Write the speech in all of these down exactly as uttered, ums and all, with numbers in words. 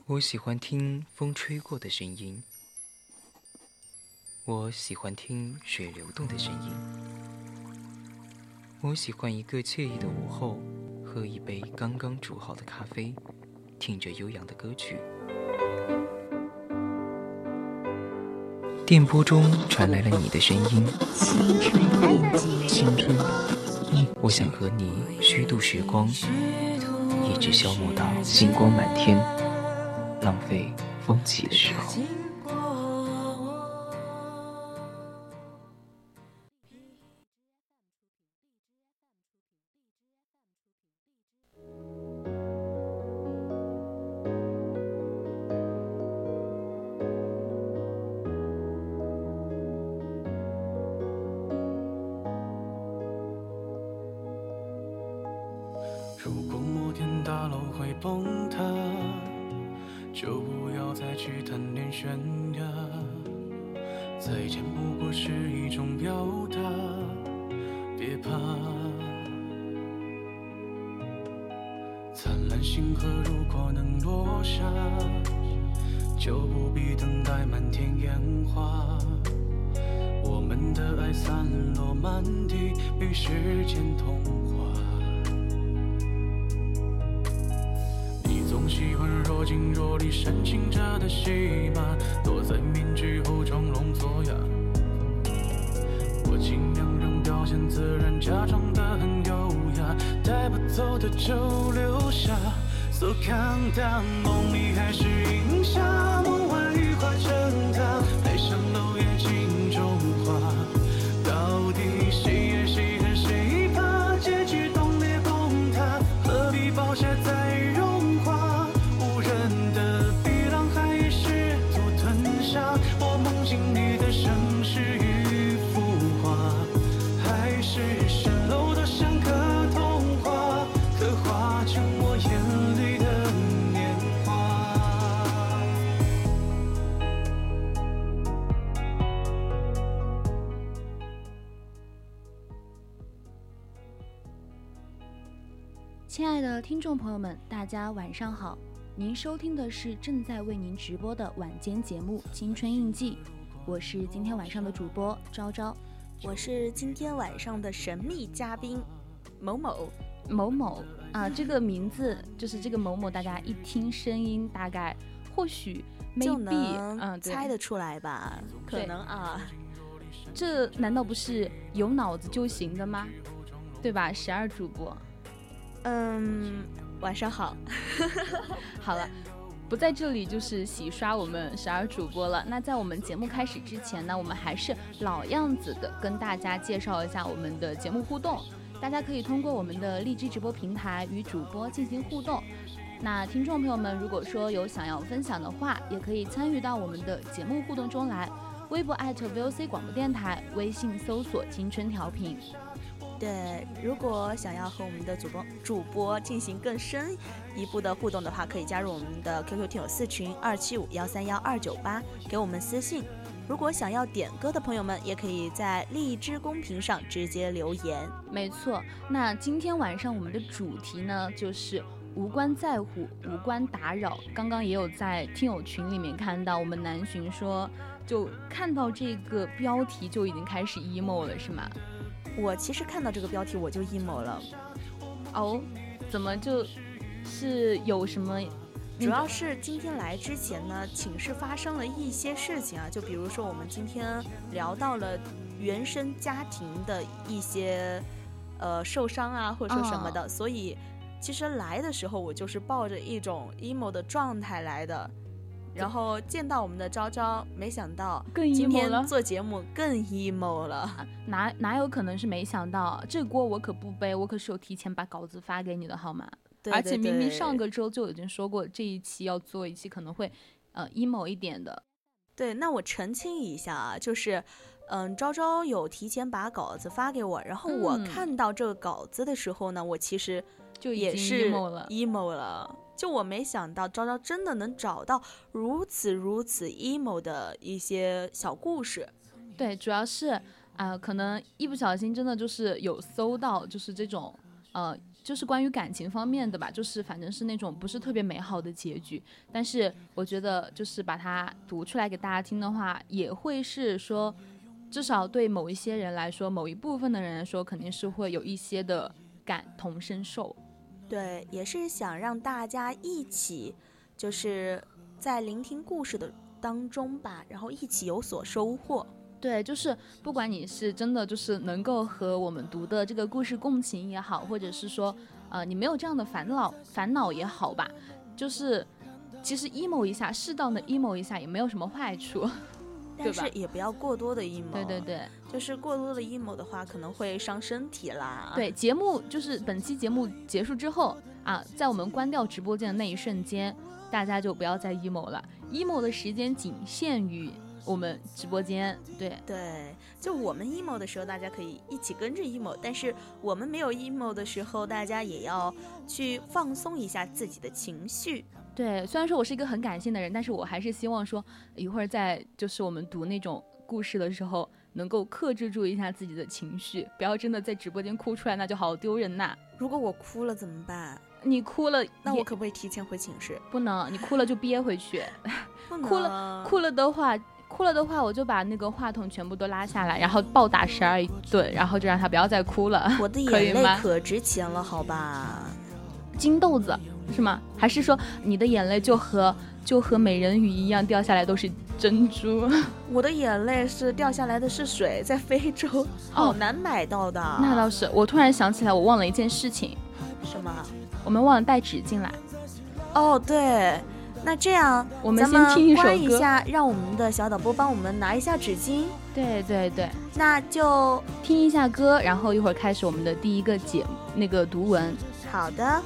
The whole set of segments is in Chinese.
我喜欢听风吹过的声音，我喜欢听水流动的声音，我喜欢一个惬意的午后，喝一杯刚刚煮好的咖啡，听着悠扬的歌曲。电波中传来了你的声音， 青春印记， 青春，我想和你虚度时光，一直消磨到星光满天，浪费风起的时候。 如果某天大楼会崩塌，就不要再去谈恋悬崖。再见不过是一种表达，别怕。灿烂星河如果能落下，就不必等待满天烟花。我们的爱散落满地，与时间同化。总喜欢若即若离煽情着的戏码，躲在面具后装聋作哑。我尽量让表现自然，假装得很优雅，带不走的就留下。So count down， 梦里还是影下，梦幻羽化成她，爱上楼也镜中花。到底谁爱谁恨谁怕？结局冻裂崩塌，何必包下再融化？无人的碧浪海也试图吞下我梦境里的盛世与浮华，还是蜃楼多像个童话，刻画成我眼里的年华。 亲爱的听众朋友们，大家晚上好，您收听的是正在为您直播的晚间节目《青春印记》，我是今天晚上的主播昭昭， 我是今天晚上的神秘嘉宾某某某某啊，这个名字就是这个某某，大家一听声音，大概或许 maybe 就能嗯猜得出来吧？可能啊， 这难道不是有脑子就行的吗？对吧？十二主播。 嗯，晚上好。 好了，不在这里就是洗刷我们十二主播了。那在我们节目开始之前呢，我们还是老样子的跟大家介绍一下我们的节目互动。大家可以通过我们的荔枝直播平台与主播进行互动。那听众朋友们，如果说有想要分享的话，也可以参与到我们的节目互动中来。微博艾特 V O C 广播电台，微信搜索青春调频。 对，如果想要和我们的主播主播进行更深一步的互动的话，可以加入我们的 Q Q 听友四群二七五幺三幺二九八，给我们私信。如果想要点歌的朋友们，也可以在荔枝公屏上直接留言。 没错，那今天晚上我们的主题呢，就是无关在乎，无关打扰。刚刚也有在听友群里面看到，我们南巡说，就看到这个标题就已经开始 emo 了，是吗？ 我其实看到这个标题我就 emo 了。 哦，怎么就是有什么？ 主要是今天来之前呢，寝室发生了一些事情啊，就比如说我们今天聊到了原生家庭的一些呃受伤啊，或者说什么的，哦、所以其实来的时候我就是抱着一种 emo 的状态来的。然后见到我们的昭昭，没想到今天做节目更 emo 了。 哪哪有可能是没想到？这锅我可不背，我可是有提前把稿子发给你的，好吗？ 对对对， 而且明明上个周就已经说过，这一期要做一期可能会呃 emo 一点的。 对，那我澄清一下啊，就是嗯，昭昭有提前把稿子发给我，然后我看到这个稿子的时候呢，嗯、我其实就也是 emo 了。 emo 了。就我没想到昭昭真的能找到如此如此 emo 的一些小故事。 对，主要是啊、呃，可能一不小心真的就是有搜到，就是这种呃， 就是关于感情方面的吧，就是反正是那种不是特别美好的结局，但是我觉得就是把它读出来给大家听的话，也会是说至少对某一些人来说，某一部分的人来说，肯定是会有一些的感同身受。 对，也是想让大家一起就是在聆听故事的当中吧，然后一起有所收获。 对，就是不管你是真的就是能够和我们读的这个故事共情也好，或者是说呃你没有这样的烦恼烦恼也好吧，就是其实 emo 一下，适当的 emo 一下也没有什么坏处， 但是也不要过多的 emo。 对对对， 就是过多的 emo 的话可能会伤身体啦。 对，节目就是本期节目结束之后啊，在我们关掉直播间的那一瞬间，大家就不要再 emo 了， emo 的时间仅限于我们直播间。对对，就我们 emo 的时候大家可以一起跟着 emo， 但是我们没有 emo 的时候，大家也要去放松一下自己的情绪。 对，虽然说我是一个很感性的人，但是我还是希望说一会儿在就是我们读那种故事的时候能够克制住一下自己的情绪，不要真的在直播间哭出来，那就好丢人呐。 如果我哭了怎么办？ 你哭了， 那我可不可以提前回寝室？ 不能，你哭了就憋回去。 不能。 哭了哭了的话哭了的话我就把那个话筒全部都拉下来，然后暴打十二一顿，然后就让他不要再哭了。 我的眼泪可值钱了好吧？ 金豆子是吗？还是说你的眼泪就和就和美人鱼一样掉下来都是珍珠？ 我的眼泪是掉下来的是水，在非洲好难买到的。 哦，那倒是。我突然想起来我忘了一件事情。 什么？我们忘了带纸进来。 哦对，那这样我们先听一首歌一下，让我们的小导播帮我们拿一下纸巾。 对对对， 那就听一下歌，然后一会儿开始我们的第一个节那个读文。 好的。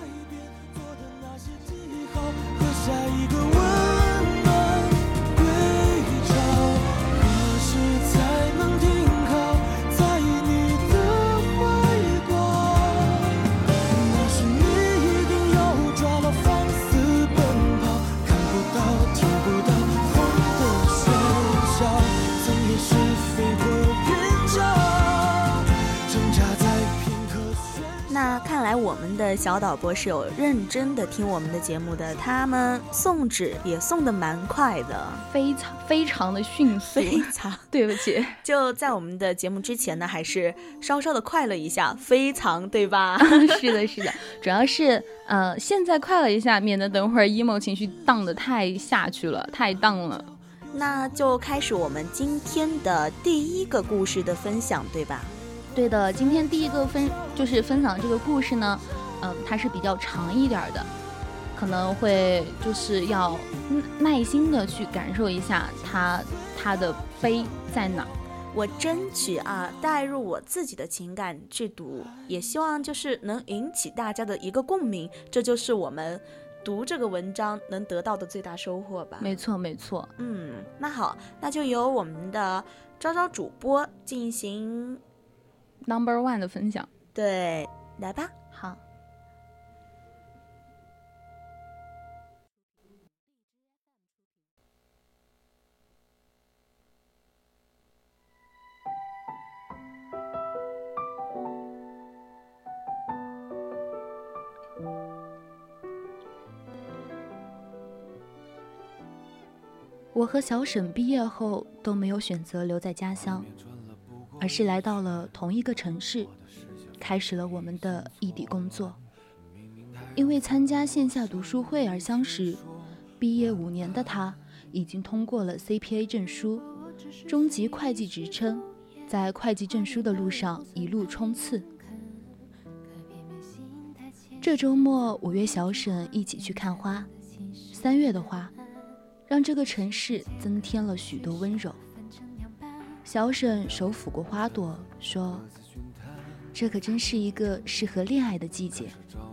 下一个温暖归巢，何时才能停靠在你的怀抱？那时你一定要抓牢放肆奔跑，看不到听不到风的喧嚣，曾也是飞过云霄，挣扎在片刻喧嚣。 那看来我们的小导播是有认真的听我们的节目的，他们送纸也送的蛮快的， 非常非常的迅速， 非常对不起。 就在我们的节目之前呢，还是稍稍的快了一下，非常对吧？ 是的，是的，主要是呃现在快了一下，免得等会儿 emo 情绪荡得太下去了，太荡了。 那就开始我们今天的第一个故事的分享，对吧？ 对的，今天第一个分就是分享这个故事呢，嗯，它是比较长一点的，可能会就是要耐心的去感受一下它它的悲在哪。 我争取啊带入我自己的情感去读，也希望就是能引起大家的一个共鸣，这就是我们读这个文章能得到的最大收获吧。 没错没错。 嗯，那好，那就由我们的昭昭主播进行 Number one 的分享。 对，来吧。 好。我和小沈毕业后都没有选择留在家乡，而是来到了同一个城市，开始了我们的异地工作。因为参加线下读书会而相识，毕业五年的他已经通过了 C P A 证书，中级会计职称，在会计证书的路上一路冲刺。这周末我约小沈一起去看花，三月的花让这个城市增添了许多温柔。小沈手抚过花朵，说：“这可真是一个适合恋爱的季节。”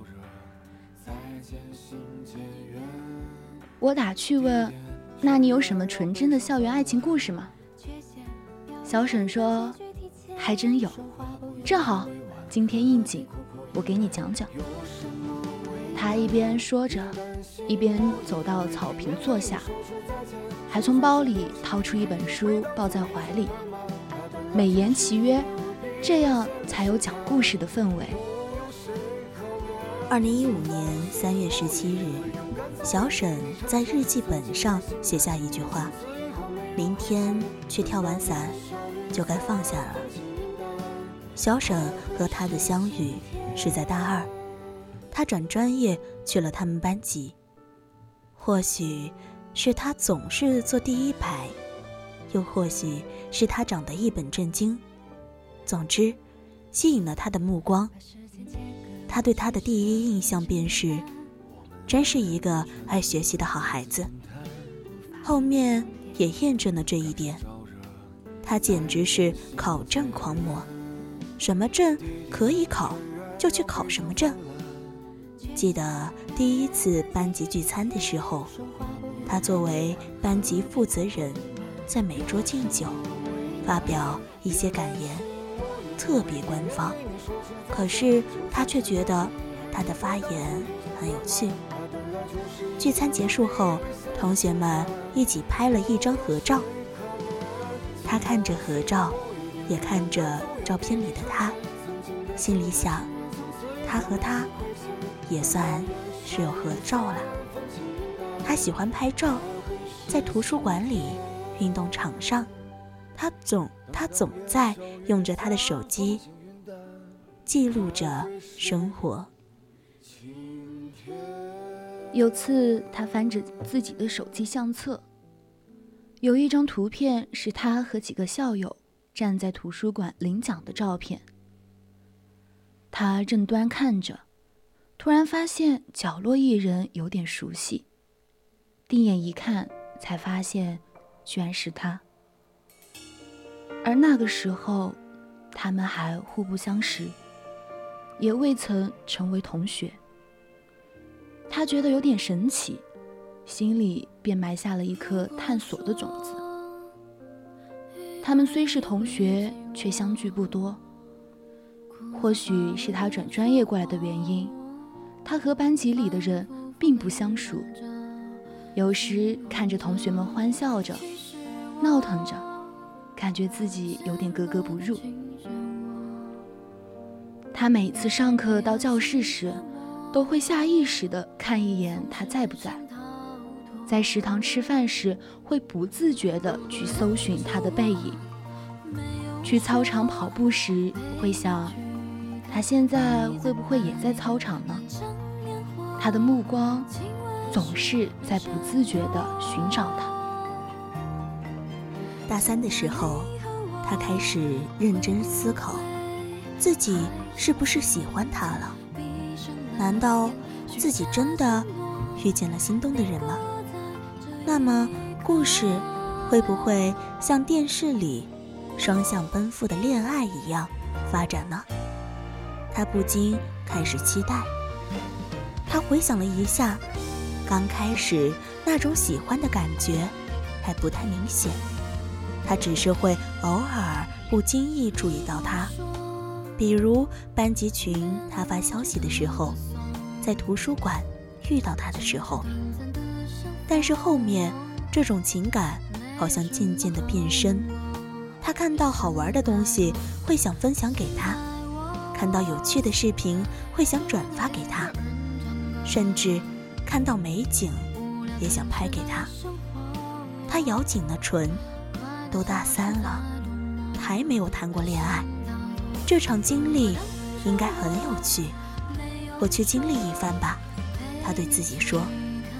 我打趣问：“那你有什么纯真的校园爱情故事吗？”小沈说：“还真有，正好今天应景，我给你讲讲。”他一边说着，一边走到草坪坐下，还从包里掏出一本书抱在怀里，美言其曰：“这样才有讲故事的氛围。” 二零一五年三月十七日，小沈在日记本上写下一句话：明天去跳完伞就该放下了。小沈和他的相遇是在大二，他转专业去了他们班级。或许是他总是坐第一排，又或许是他长得一本正经，总之吸引了他的目光。他对他的第一印象便是，真是一个爱学习的好孩子。后面也验证了这一点，他简直是考证狂魔，什么证可以考就去考什么证。记得第一次班级聚餐的时候，他作为班级负责人，在每桌敬酒，发表一些感言，特别官方，可是他却觉得他的发言很有趣。聚餐结束后，同学们一起拍了一张合照，他看着合照，也看着照片里的他，心里想，他和他也算是有合照了。他喜欢拍照，在图书馆里、运动场上，他总他总在用着他的手机记录着生活。 有次他翻着自己的手机相册，有一张图片是他和几个校友站在图书馆领奖的照片。他正端看着，突然发现角落一人有点熟悉，定眼一看，才发现居然是他。而那个时候，他们还互不相识，也未曾成为同学。他觉得有点神奇，心里便埋下了一颗探索的种子。他们虽是同学，却相聚不多。或许是他转专业过来的原因，他和班级里的人并不相熟，有时看着同学们欢笑着闹腾着，感觉自己有点格格不入。他每次上课到教室时，都会下意识地看一眼他在不在，在食堂吃饭时会不自觉地去搜寻他的背影，去操场跑步时会想，他现在会不会也在操场呢？他的目光总是在不自觉地寻找他。 大三的时候，他开始认真思考，自己是不是喜欢他了？难道自己真的遇见了心动的人吗？那么故事会不会像电视里双向奔赴的恋爱一样发展呢？他不禁开始期待。他回想了一下，刚开始那种喜欢的感觉还不太明显，他只是会偶尔不经意注意到他，比如班级群他发消息的时候，在图书馆遇到他的时候。但是后面这种情感好像渐渐地变深，他看到好玩的东西会想分享给他，看到有趣的视频会想转发给他，甚至看到美景也想拍给他。他咬紧了唇，都大三了，还没有谈过恋爱，这场经历应该很有趣，我去经历一番吧，他对自己说。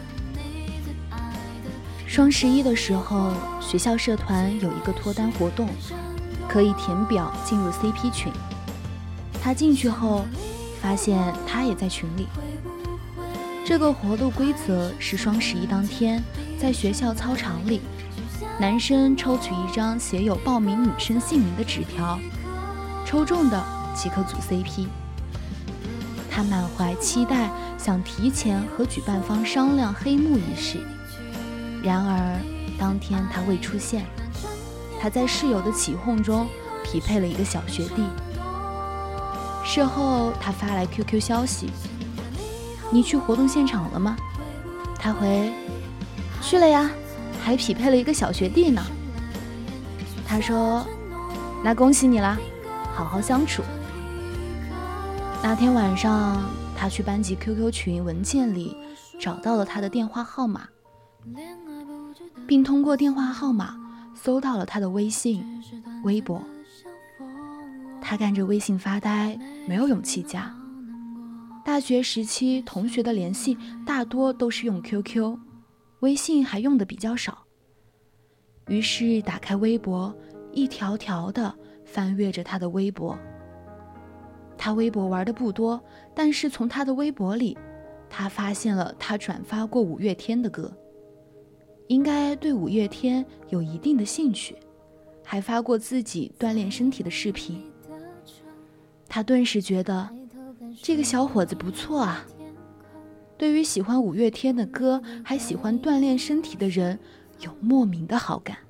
双十一的时候，学校社团有一个脱单活动，可以填表进入 C P 群。他进去后，发现他也在群里。这个活动规则是双十一当天，在学校操场里，男生抽取一张写有报名女生姓名的纸条，抽中的即可组 C P。他满怀期待，想提前和举办方商量黑幕仪式。然而当天他未出现，他在室友的起哄中匹配了一个小学弟。事后他发来 Q Q 消息，你去活动现场了吗？他回，去了呀，还匹配了一个小学弟呢。他说，那恭喜你啦，好好相处。那天晚上他去班级 Q Q 群文件里找到了他的电话号码，并通过电话号码搜到了他的微信、微博。他看着微信发呆，没有勇气加。大学时期同学的联系大多都是用 Q Q， 微信还用的比较少。于是打开微博，一条条的翻阅着他的微博。他微博玩的不多，但是从他的微博里，他发现了他转发过五月天的歌，应该对五月天有一定的兴趣，还发过自己锻炼身体的视频。他顿时觉得这个小伙子不错啊，对于喜欢五月天的歌还喜欢锻炼身体的人有莫名的好感。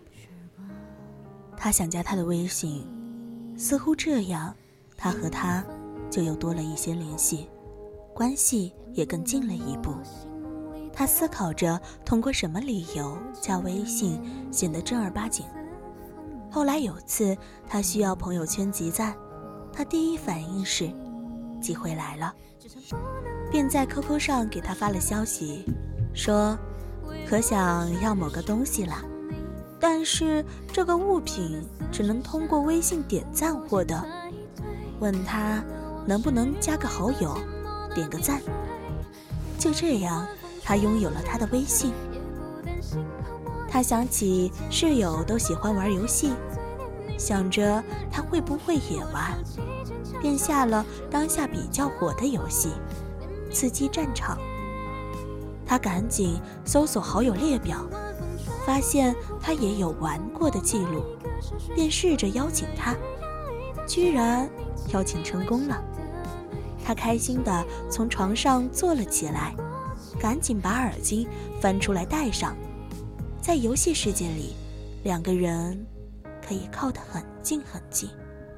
他想加他的微信，似乎这样他和他就又多了一些联系，关系也更近了一步。他思考着通过什么理由加微信显得正儿八经。后来有次他需要朋友圈集赞，他第一反应是机会来了，便在 Q Q 上给他发了消息，说可想要某个东西啦，但是这个物品只能通过微信点赞获得，问他能不能加个好友，点个赞。就这样，他拥有了他的微信。他想起室友都喜欢玩游戏，想着他会不会也玩，便下了当下比较火的游戏《刺激战场》。他赶紧搜索好友列表，发现他也有玩过的记录，便试着邀请他，居然邀请成功了。他开心地从床上坐了起来，赶紧把耳机翻出来戴上。在游戏世界里，两个人可以靠得很近很近。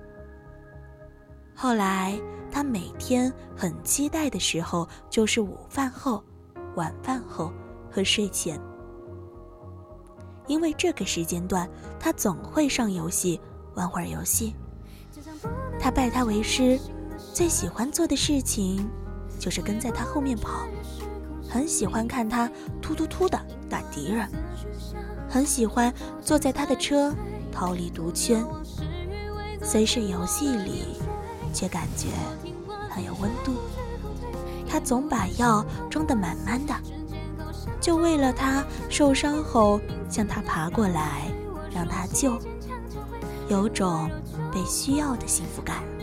后来他每天很期待的时候就是午饭后、晚饭后和睡前，因为这个时间段他总会上游戏玩会儿游戏。他拜他为师，最喜欢做的事情就是跟在他后面跑，很喜欢看他突突突的打敌人，很喜欢坐在他的车逃离毒圈，虽是游戏里，却感觉很有温度。他总把药装得满满的，就为了他受伤后向他爬过来，让他救，有种被需要的幸福感。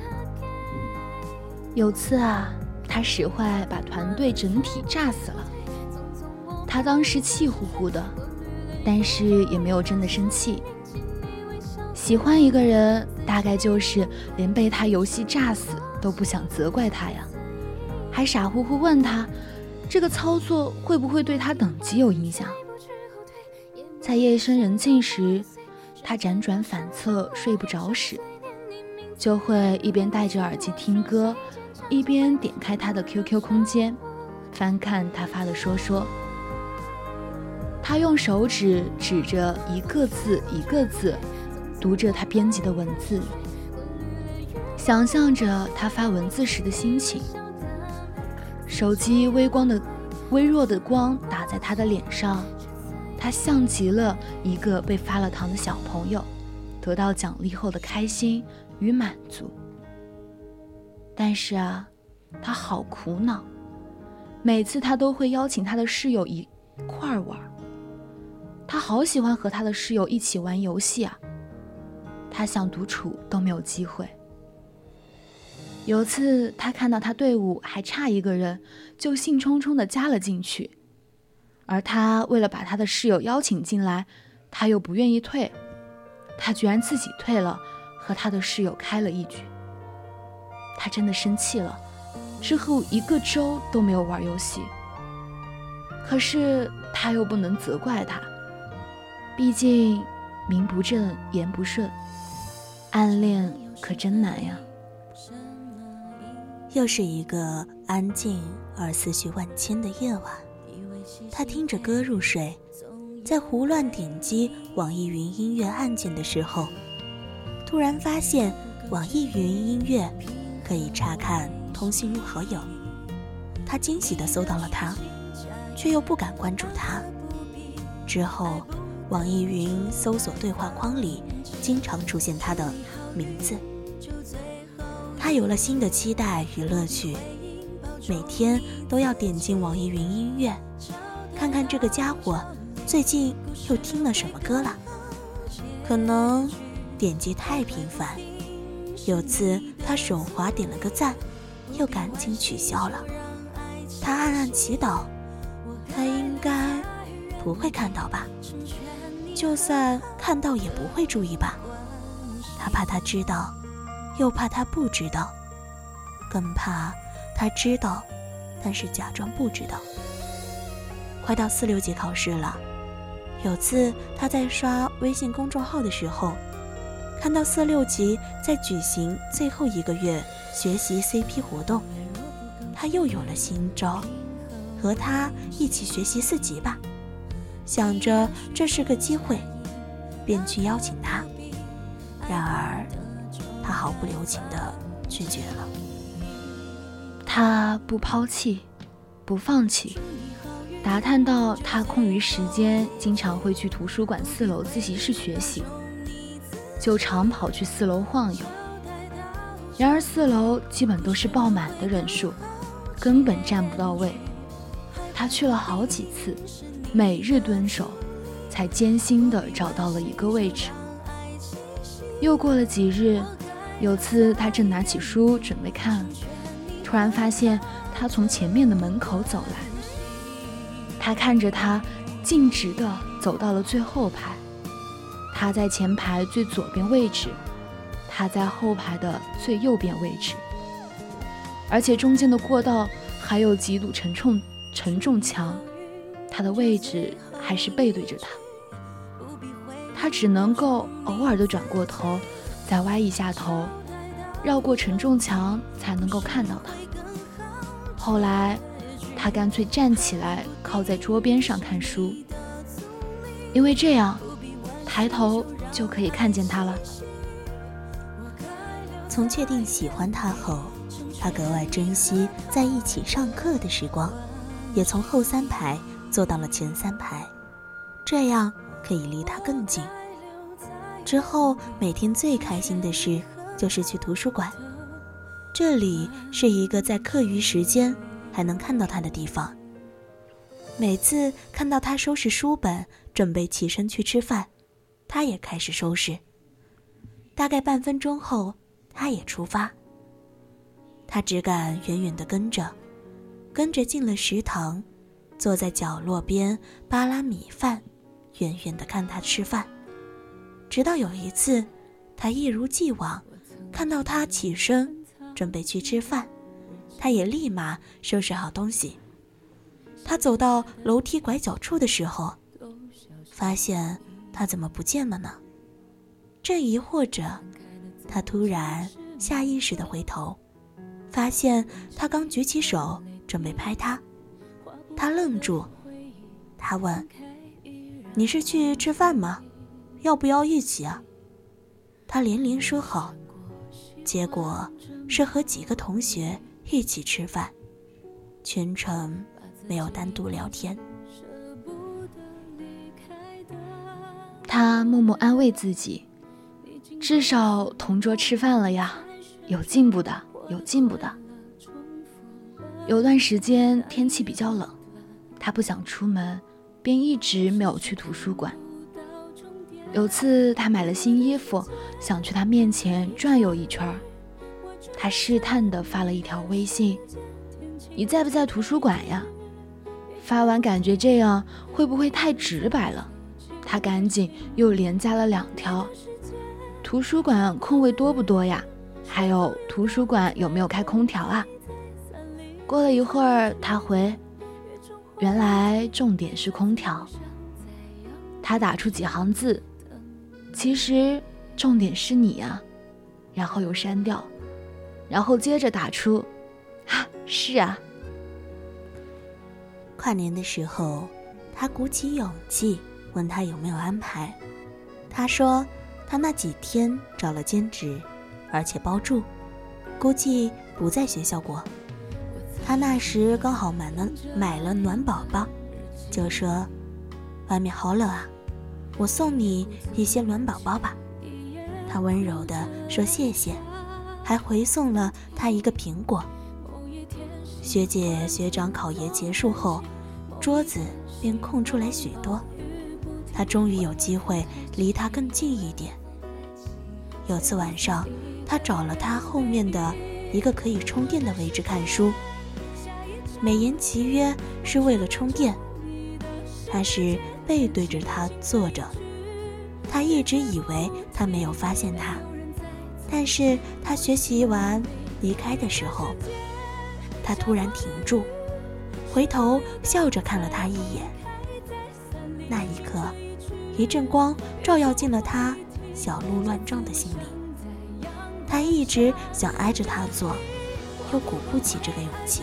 有次啊，他使坏把团队整体炸死了，他当时气呼呼的，但是也没有真的生气。喜欢一个人，大概就是连被他游戏炸死都不想责怪他呀，还傻乎乎问他这个操作会不会对他等级有影响。在夜深人静时，他辗转反侧睡不着时，就会一边戴着耳机听歌，一边点开他的 Q Q 空间，翻看他发的说说。他用手指指着一个字一个字读着他编辑的文字，想象着他发文字时的心情。手机微光的微弱的光打在他的脸上，他像极了一个被发了糖的小朋友，得到奖励后的开心与满足。但是啊，他好苦恼，每次他都会邀请他的室友一块儿玩，他好喜欢和他的室友一起玩游戏啊，他想独处都没有机会。有次他看到他队伍还差一个人，就兴冲冲地加了进去，而他为了把他的室友邀请进来，他又不愿意退，他居然自己退了，和他的室友开了一局。他真的生气了，之后一个周都没有玩游戏。可是他又不能责怪他，毕竟名不正言不顺，暗恋可真难呀。 又是一个安静而思绪万千的夜晚，他听着歌入睡，在胡乱点击网易云音乐按键的时候，突然发现网易云音乐可以查看通信入好友。他惊喜地搜到了他，却又不敢关注他。之后网易云搜索对话框里经常出现他的名字。他有了新的期待与乐趣，每天都要点进网易云音乐，看看这个家伙最近又听了什么歌了。可能点击太频繁，有次他手滑点了个赞，又赶紧取消了。他暗暗祈祷，他应该不会看到吧，就算看到也不会注意吧。他怕他知道，又怕他不知道，更怕他知道但是假装不知道。快到四六级考试了，有次他在刷微信公众号的时候，看到四六级在举行最后一个月学习 C P 活动，他又有了新招，和他一起学习四级吧。想着这是个机会，便去邀请他，然而他毫不留情地拒绝了。 他不抛弃，不放弃。打探到他空余时间经常会去图书馆四楼自习室学习，就常跑去四楼晃悠。然而四楼基本都是爆满的人数，根本占不到位。他去了好几次，每日蹲守，才艰辛地找到了一个位置。又过了几日，有次他正拿起书准备看，突然发现他从前面的门口走来。他看着他径直地走到了最后排，他在前排最左边位置，他在后排的最右边位置，而且中间的过道还有几堵沉重沉重墙，他的位置还是背对着他。他只能够偶尔地转过头，再歪一下头，绕过沉重墙才能够看到他。后来他干脆站起来靠在桌边上看书，因为这样抬头就可以看见他了。 从确定喜欢他后，他格外珍惜在一起上课的时光，也从后三排坐到了前三排，这样可以离他更近。之后每天最开心的事就是去图书馆，这里是一个在课余时间还能看到他的地方。每次看到他收拾书本准备起身去吃饭，他也开始收拾。大概半分钟后，他也出发。他只敢远远地跟着，跟着进了食堂，坐在角落边扒拉米饭，远远地看他吃饭。直到有一次，他一如既往看到他起身准备去吃饭，他也立马收拾好东西。他走到楼梯拐角处的时候，发现他怎么不见了呢？正疑惑着，他突然下意识地回头，发现他刚举起手准备拍他。他愣住，他问：你是去吃饭吗？要不要一起啊？他连连说好，结果是和几个同学一起吃饭，全程没有单独聊天。 他默默安慰自己，至少同桌吃饭了呀，有进步的，有进步的。有段时间天气比较冷，他不想出门，便一直没有去图书馆。有次他买了新衣服，想去他面前转悠一圈，他试探地发了一条微信：你在不在图书馆呀？发完感觉这样会不会太直白了，他赶紧又连加了两条：图书馆空位多不多呀？还有图书馆有没有开空调啊？过了一会儿，他回：原来重点是空调。他打出几行字：其实重点是你啊，然后又删掉，然后接着打出：啊，是啊。 跨年的时候，他鼓起勇气问他有没有安排。他说他那几天找了兼职，而且包住，估计不在学校过。他那时刚好买了买了暖宝宝，就说外面好冷啊，我送你一些暖宝宝吧。他温柔地说谢谢，还回送了他一个苹果。学姐学长考研结束后，桌子便空出来许多，他终于有机会离他更近一点。有次晚上，他找了他后面的一个可以充电的位置看书，美言其约是为了充电。他是背对着他坐着，他一直以为他没有发现他，但是他学习完离开的时候，他突然停住，回头笑着看了他一眼。那一刻，一阵光照耀进了他小鹿乱撞的心里。他一直想挨着他坐，又鼓不起这个勇气。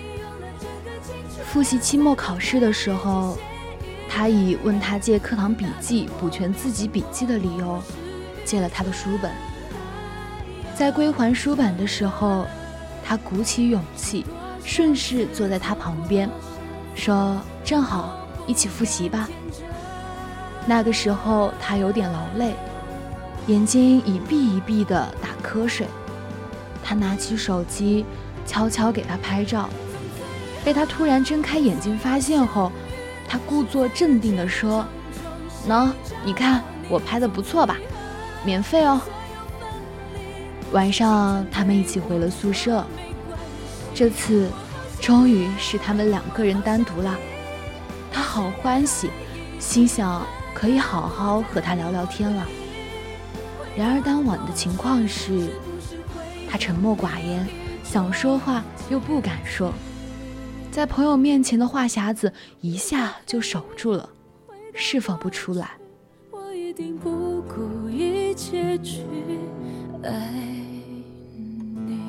复习期末考试的时候，他以问他借课堂笔记补全自己笔记的理由借了他的书本。在归还书本的时候，他鼓起勇气顺势坐在他旁边，说正好一起复习吧。那个时候他有点劳累，眼睛一闭一闭地打瞌睡。他拿起手机悄悄给他拍照，被他突然睁开眼睛发现后，他故作镇定地说，喏，你看我拍的不错吧，免费哦。晚上他们一起回了宿舍，这次终于是他们两个人单独了。他好欢喜，心想可以好好和他聊聊天了。然而当晚的情况是，他沉默寡言，想说话又不敢说，在朋友面前的话匣子一下就守住了，释放不出来。 我一定不顾一切去爱你。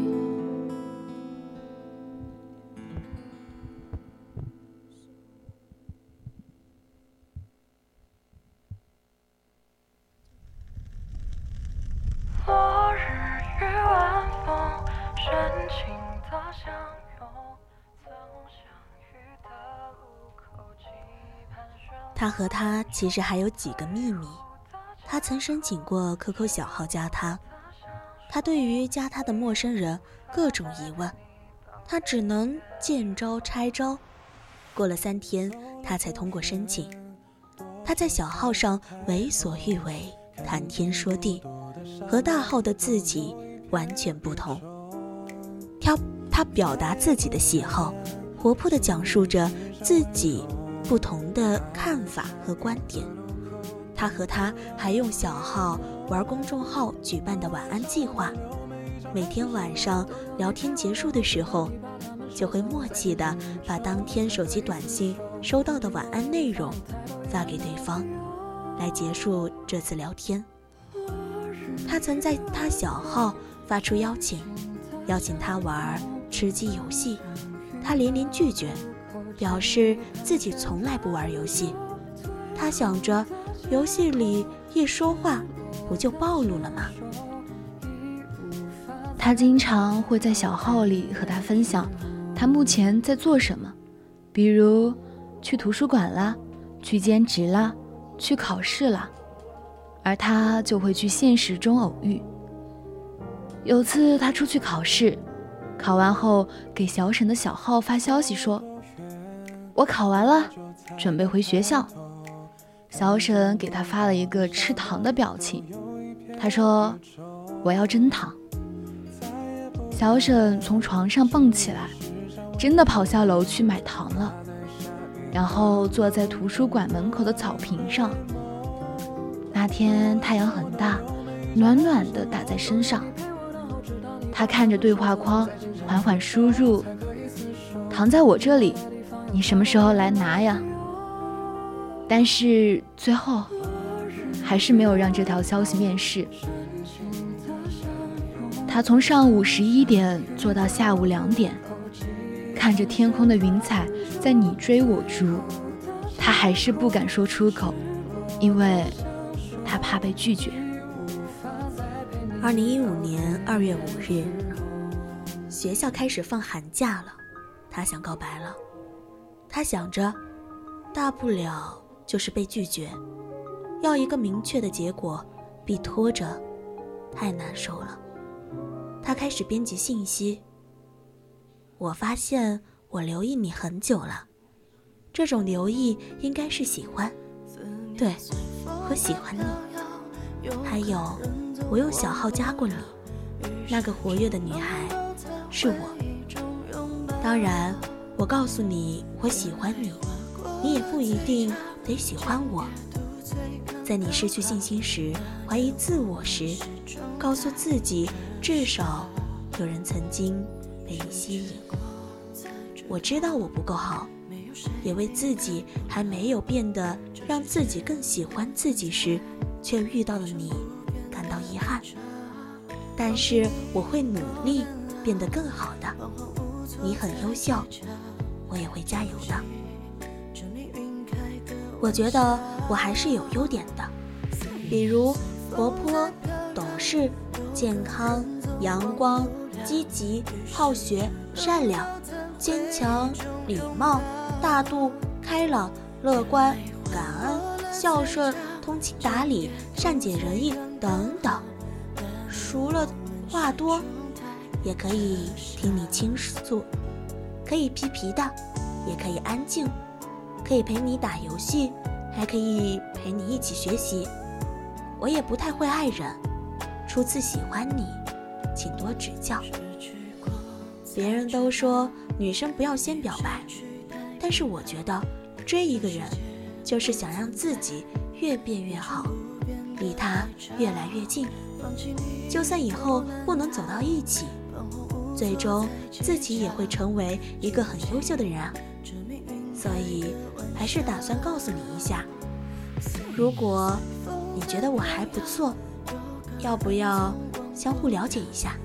落日与晚风，深情的相拥，曾相遇的路口，期盼旋律。 他和他其实还有几个秘密。他曾申请过 Q Q 小号加他，他对于加他的陌生人各种疑问，他只能见招拆招。过了三天，他才通过申请。他在小号上为所欲为，谈天说地，和大号的自己完全不同。他他表达自己的喜好，活泼地讲述着自己不同的看法和观点。他和他还用小号玩公众号举办的晚安计划，每天晚上聊天结束的时候，就会默契地把当天手机短信收到的晚安内容发给对方，来结束这次聊天。他曾在他小号发出邀请，邀请他玩吃鸡游戏，他连连拒绝，表示自己从来不玩游戏。他想着游戏里一说话不就暴露了吗？ 他经常会在小号里和他分享他目前在做什么，比如去图书馆啦，去兼职啦，去考试啦，而他就会去现实中偶遇。有次他出去考试，考完后给小沈的小号发消息说，我考完了，准备回学校。小沈给他发了一个吃糖的表情，他说我要蒸糖。小沈从床上蹦起来，真的跑下楼去买糖了，然后坐在图书馆门口的草坪上。那天太阳很大，暖暖的打在身上。他看着对话框，缓缓输入，糖在我这里，你什么时候来拿呀？但是最后还是没有让这条消息面世。他从上午十一点坐到下午两点，看着天空的云彩在你追我逐，他还是不敢说出口，因为他怕被拒绝。 二零一五年二月五日， 学校开始放寒假了，他想告白了。他想着，大不了就是被拒绝，要一个明确的结果，比拖着太难受了。他开始编辑信息。我发现我留意你很久了，这种留意应该是喜欢。对，我喜欢你。还有，我用小号加过你，那个活跃的女孩是我。当然，我告诉你我喜欢你，你也不一定得喜欢我。在你失去信心时，怀疑自我时，告诉自己至少有人曾经被你吸引。我知道我不够好，也为自己还没有变得让自己更喜欢自己时却遇到了你感到遗憾，但是我会努力变得更好的。你很优秀，我也会加油的。我觉得我还是有优点的，比如活泼、懂事、健康、阳光、积极、好学、善良、坚强、礼貌、大度、开朗、乐观、感恩、孝顺、通情达理、善解人意等等。除了话多，也可以听你倾诉，可以皮皮的，也可以安静，可以陪你打游戏，还可以陪你一起学习。我也不太会爱人，初次喜欢你，请多指教。别人都说女生不要先表白，但是我觉得追一个人就是想让自己越变越好，离他越来越近。就算以后不能走到一起，最终自己也会成为一个很优秀的人啊。所以还是打算告诉你一下，如果你觉得我还不错，要不要相互了解一下？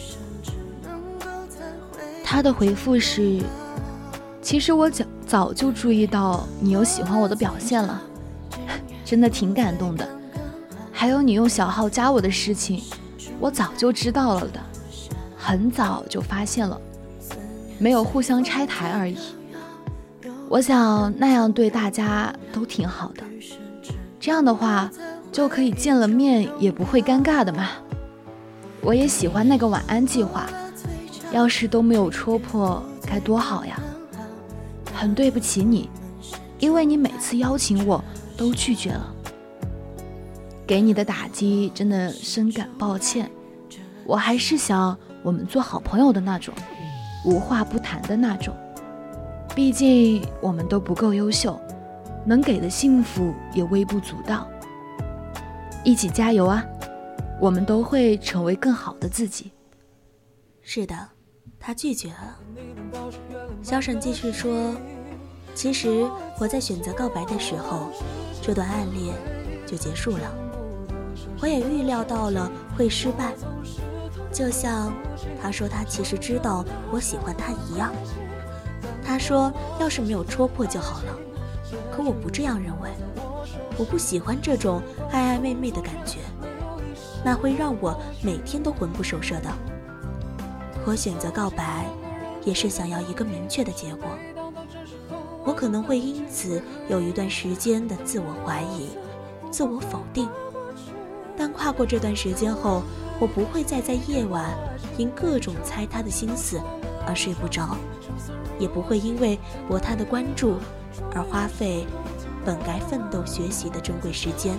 他的回复是，其实我早早就注意到你有喜欢我的表现了，真的挺感动的。还有你用小号加我的事情，我早就知道了的，很早就发现了，没有互相拆台而已。我想那样对大家都挺好的，这样的话就可以见了面也不会尴尬的嘛。我也喜欢那个晚安计划，要是都没有戳破该多好呀。很对不起你，因为你每次邀请我都拒绝了，给你的打击真的深感抱歉。我还是想我们做好朋友的那种，无话不谈的那种，毕竟我们都不够优秀，能给的幸福也微不足道。一起加油啊，我们都会成为更好的自己。 是的，他拒绝了。小沈继续说，其实我在选择告白的时候，这段暗恋就结束了。我也预料到了会失败，就像他说他其实知道我喜欢他一样。他说要是没有戳破就好了，可我不这样认为。我不喜欢这种爱爱妹妹的感觉，那会让我每天都魂不守舍的。我选择告白，也是想要一个明确的结果。我可能会因此有一段时间的自我怀疑、自我否定，但跨过这段时间后，我不会再在夜晚因各种猜他的心思而睡不着，也不会因为博他的关注而花费本该奋斗学习的珍贵时间。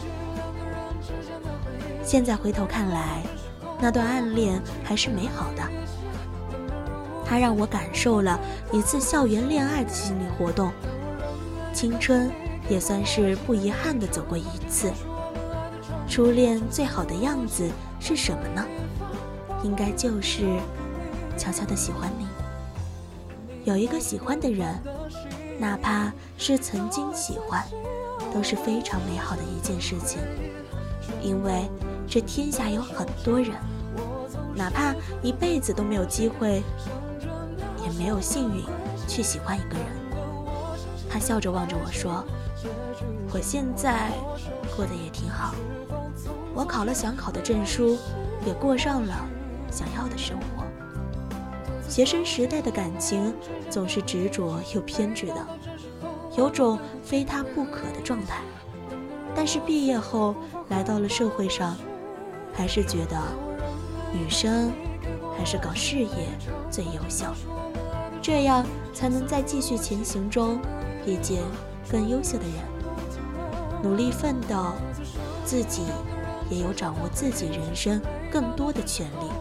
现在回头看来，那段暗恋还是美好的，它让我感受了一次校园恋爱的心理活动，青春也算是不遗憾地走过一次。初恋最好的样子是什么呢？应该就是悄悄地喜欢你。有一个喜欢的人，哪怕是曾经喜欢，都是非常美好的一件事情。因为这天下有很多人，哪怕一辈子都没有机会，也没有幸运去喜欢一个人。他笑着望着我说，我现在过得也挺好，我考了想考的证书，也过上了想要的生活。 学生时代的感情总是执着又偏执的，有种非他不可的状态。但是毕业后来到了社会上，还是觉得女生还是搞事业最优秀，这样才能在继续前行中遇见更优秀的人，努力奋斗，自己也有掌握自己人生更多的权利。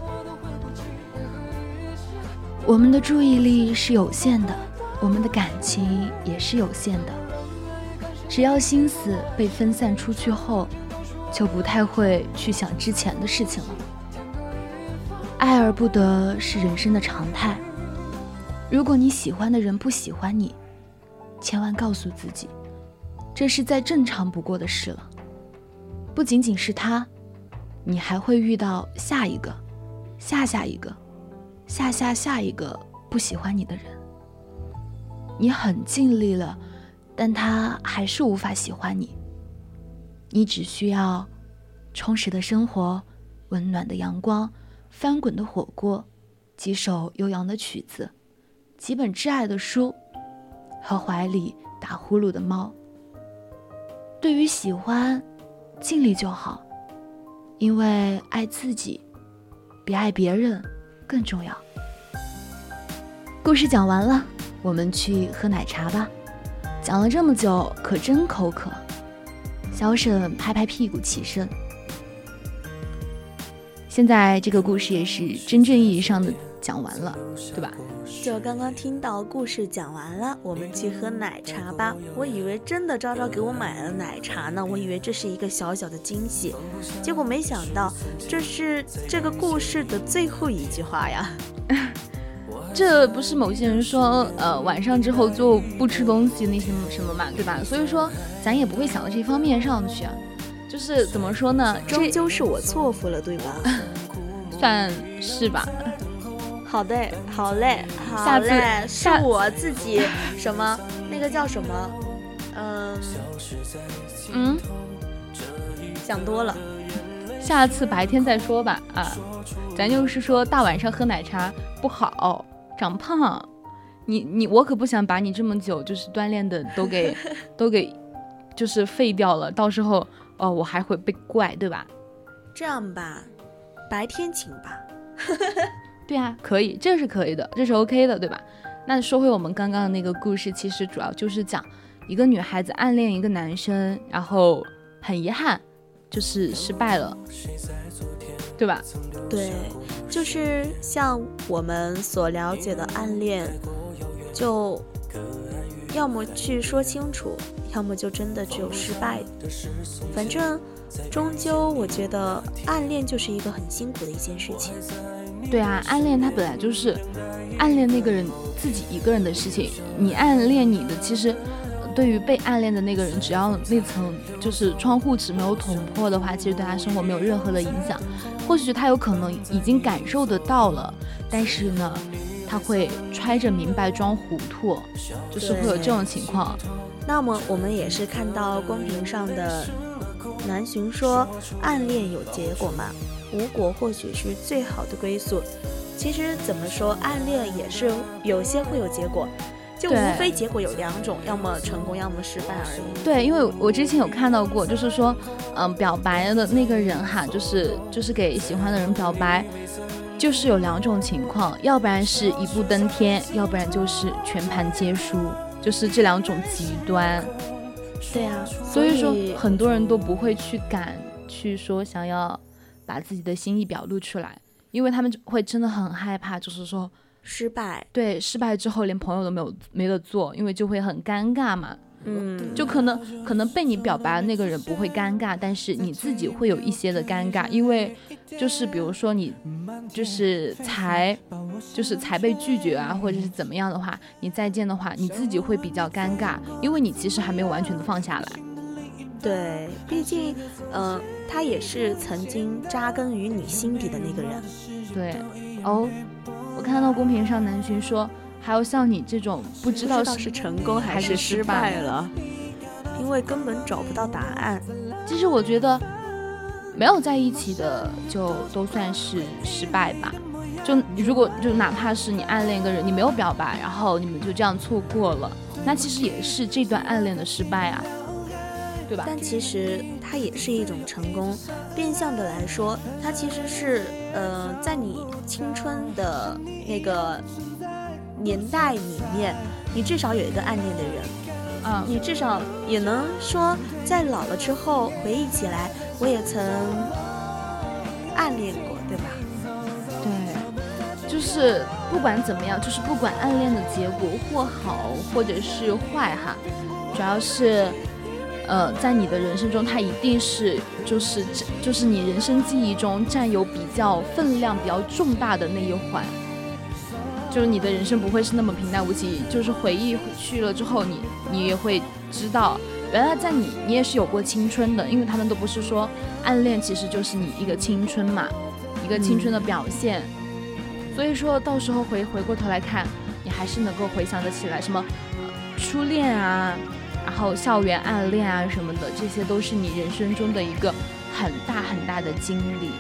我们的注意力是有限的，我们的感情也是有限的。只要心思被分散出去后，就不太会去想之前的事情了。爱而不得是人生的常态。如果你喜欢的人不喜欢你，千万告诉自己，这是再正常不过的事了。不仅仅是他，你还会遇到下一个、下下一个、下下下一个不喜欢你的人。你很尽力了，但他还是无法喜欢你。你只需要充实的生活、温暖的阳光、翻滚的火锅、几首悠扬的曲子、几本挚爱的书和怀里打呼噜的猫。对于喜欢，尽力就好，因为爱自己比爱别人更重要。故事讲完了，我们去喝奶茶吧。讲了这么久，可真口渴。小沈拍拍屁股起身。现在这个故事也是真正意义上的讲完了，对吧？ 就刚刚听到故事讲完了，我们去喝奶茶吧。我以为真的昭昭给我买了奶茶呢，我以为这是一个小小的惊喜，结果没想到这是这个故事的最后一句话呀。 这不是某些人说呃晚上之后就不吃东西那些什么嘛，对吧？所以说咱也不会想到这方面上去啊。就是怎么说呢， 终究是我错付了，对吧？ 算是吧。 好的，好嘞，好嘞，是我自己什么那个叫什么，嗯嗯， 想多了， 下次白天再说吧。啊，咱就是说大晚上喝奶茶不好，长胖。你你我可不想把你这么久就是锻炼的都给都给就是废掉了，到时候哦我还会被怪，对吧？ 这样吧，白天请吧。 对啊，可以，这是可以的，这是 OK 的，对吧？那说回我们刚刚的那个故事，其实主要就是讲一个女孩子暗恋一个男生，然后很遗憾就是失败了，对吧？ 对，就是像我们所了解的暗恋，就要么去说清楚，要么就真的只有失败。反正终究我觉得暗恋就是一个很辛苦的一件事情。 对啊，暗恋它本来就是暗恋那个人自己一个人的事情，你暗恋你的，其实对于被暗恋的那个人，只要那层就是窗户纸没有捅破的话，其实对他生活没有任何的影响。或许他有可能已经感受得到了，但是呢他会揣着明白装糊涂，就是会有这种情况。 那么我们也是看到公屏上的南巡说，暗恋有结果吗？无果或许是最好的归宿。其实怎么说，暗恋也是有些会有结果，就无非结果有两种，要么成功，要么失败而已。 对，因为我之前有看到过，就是说，嗯、呃，表白的那个人哈，就是就是给喜欢的人表白，就是有两种情况，要不然是一步登天，要不然就是全盘皆输，就是这两种极端。 对啊， 所以说很多人都不会去敢去说想要把自己的心意表露出来，因为他们会真的很害怕，就是说失败。 对，失败之后连朋友都没有没得做，因为就会很尴尬嘛。 嗯， 就可能可能被你表白的那个人不会尴尬，但是你自己会有一些的尴尬，因为就是比如说你就是才就是才被拒绝啊，或者是怎么样的话，你再见的话，你自己会比较尴尬，因为你其实还没有完全的放下来。 对，毕竟呃他也是曾经扎根于你心底的那个人。 对哦，我看到公屏上南巡说，还有像你这种不知道 是, 不知道是成功还是失败了，因为根本找不到答案。 其实我觉得没有在一起的就都算是失败吧， 就如果就哪怕是你暗恋一个人，你没有表白，然后你们就这样错过了，那其实也是这段暗恋的失败啊，对吧？ 但其实它也是一种成功，变相的来说，它其实是呃，在你青春的那个年代里面，你至少有一个暗恋的人， 嗯， 你至少也能说，在老了之后回忆起来，我也曾暗恋过，对吧？ 对，就是不管怎么样，就是不管暗恋的结果或好或者是坏哈，主要是呃，在你的人生中，它一定是就是就是你人生记忆中占有比较分量比较重大的那一环。就是你的人生不会是那么平淡无奇，就是回忆去了之后，你你也会知道，原来在你你也是有过青春的，因为他们都不是说暗恋其实就是你一个青春嘛，一个青春的表现，嗯、所以说到时候回回过头来看，你还是能够回想得起来什么、呃、初恋啊，然后校园暗恋啊什么的，这些都是你人生中的一个很大很大的经历。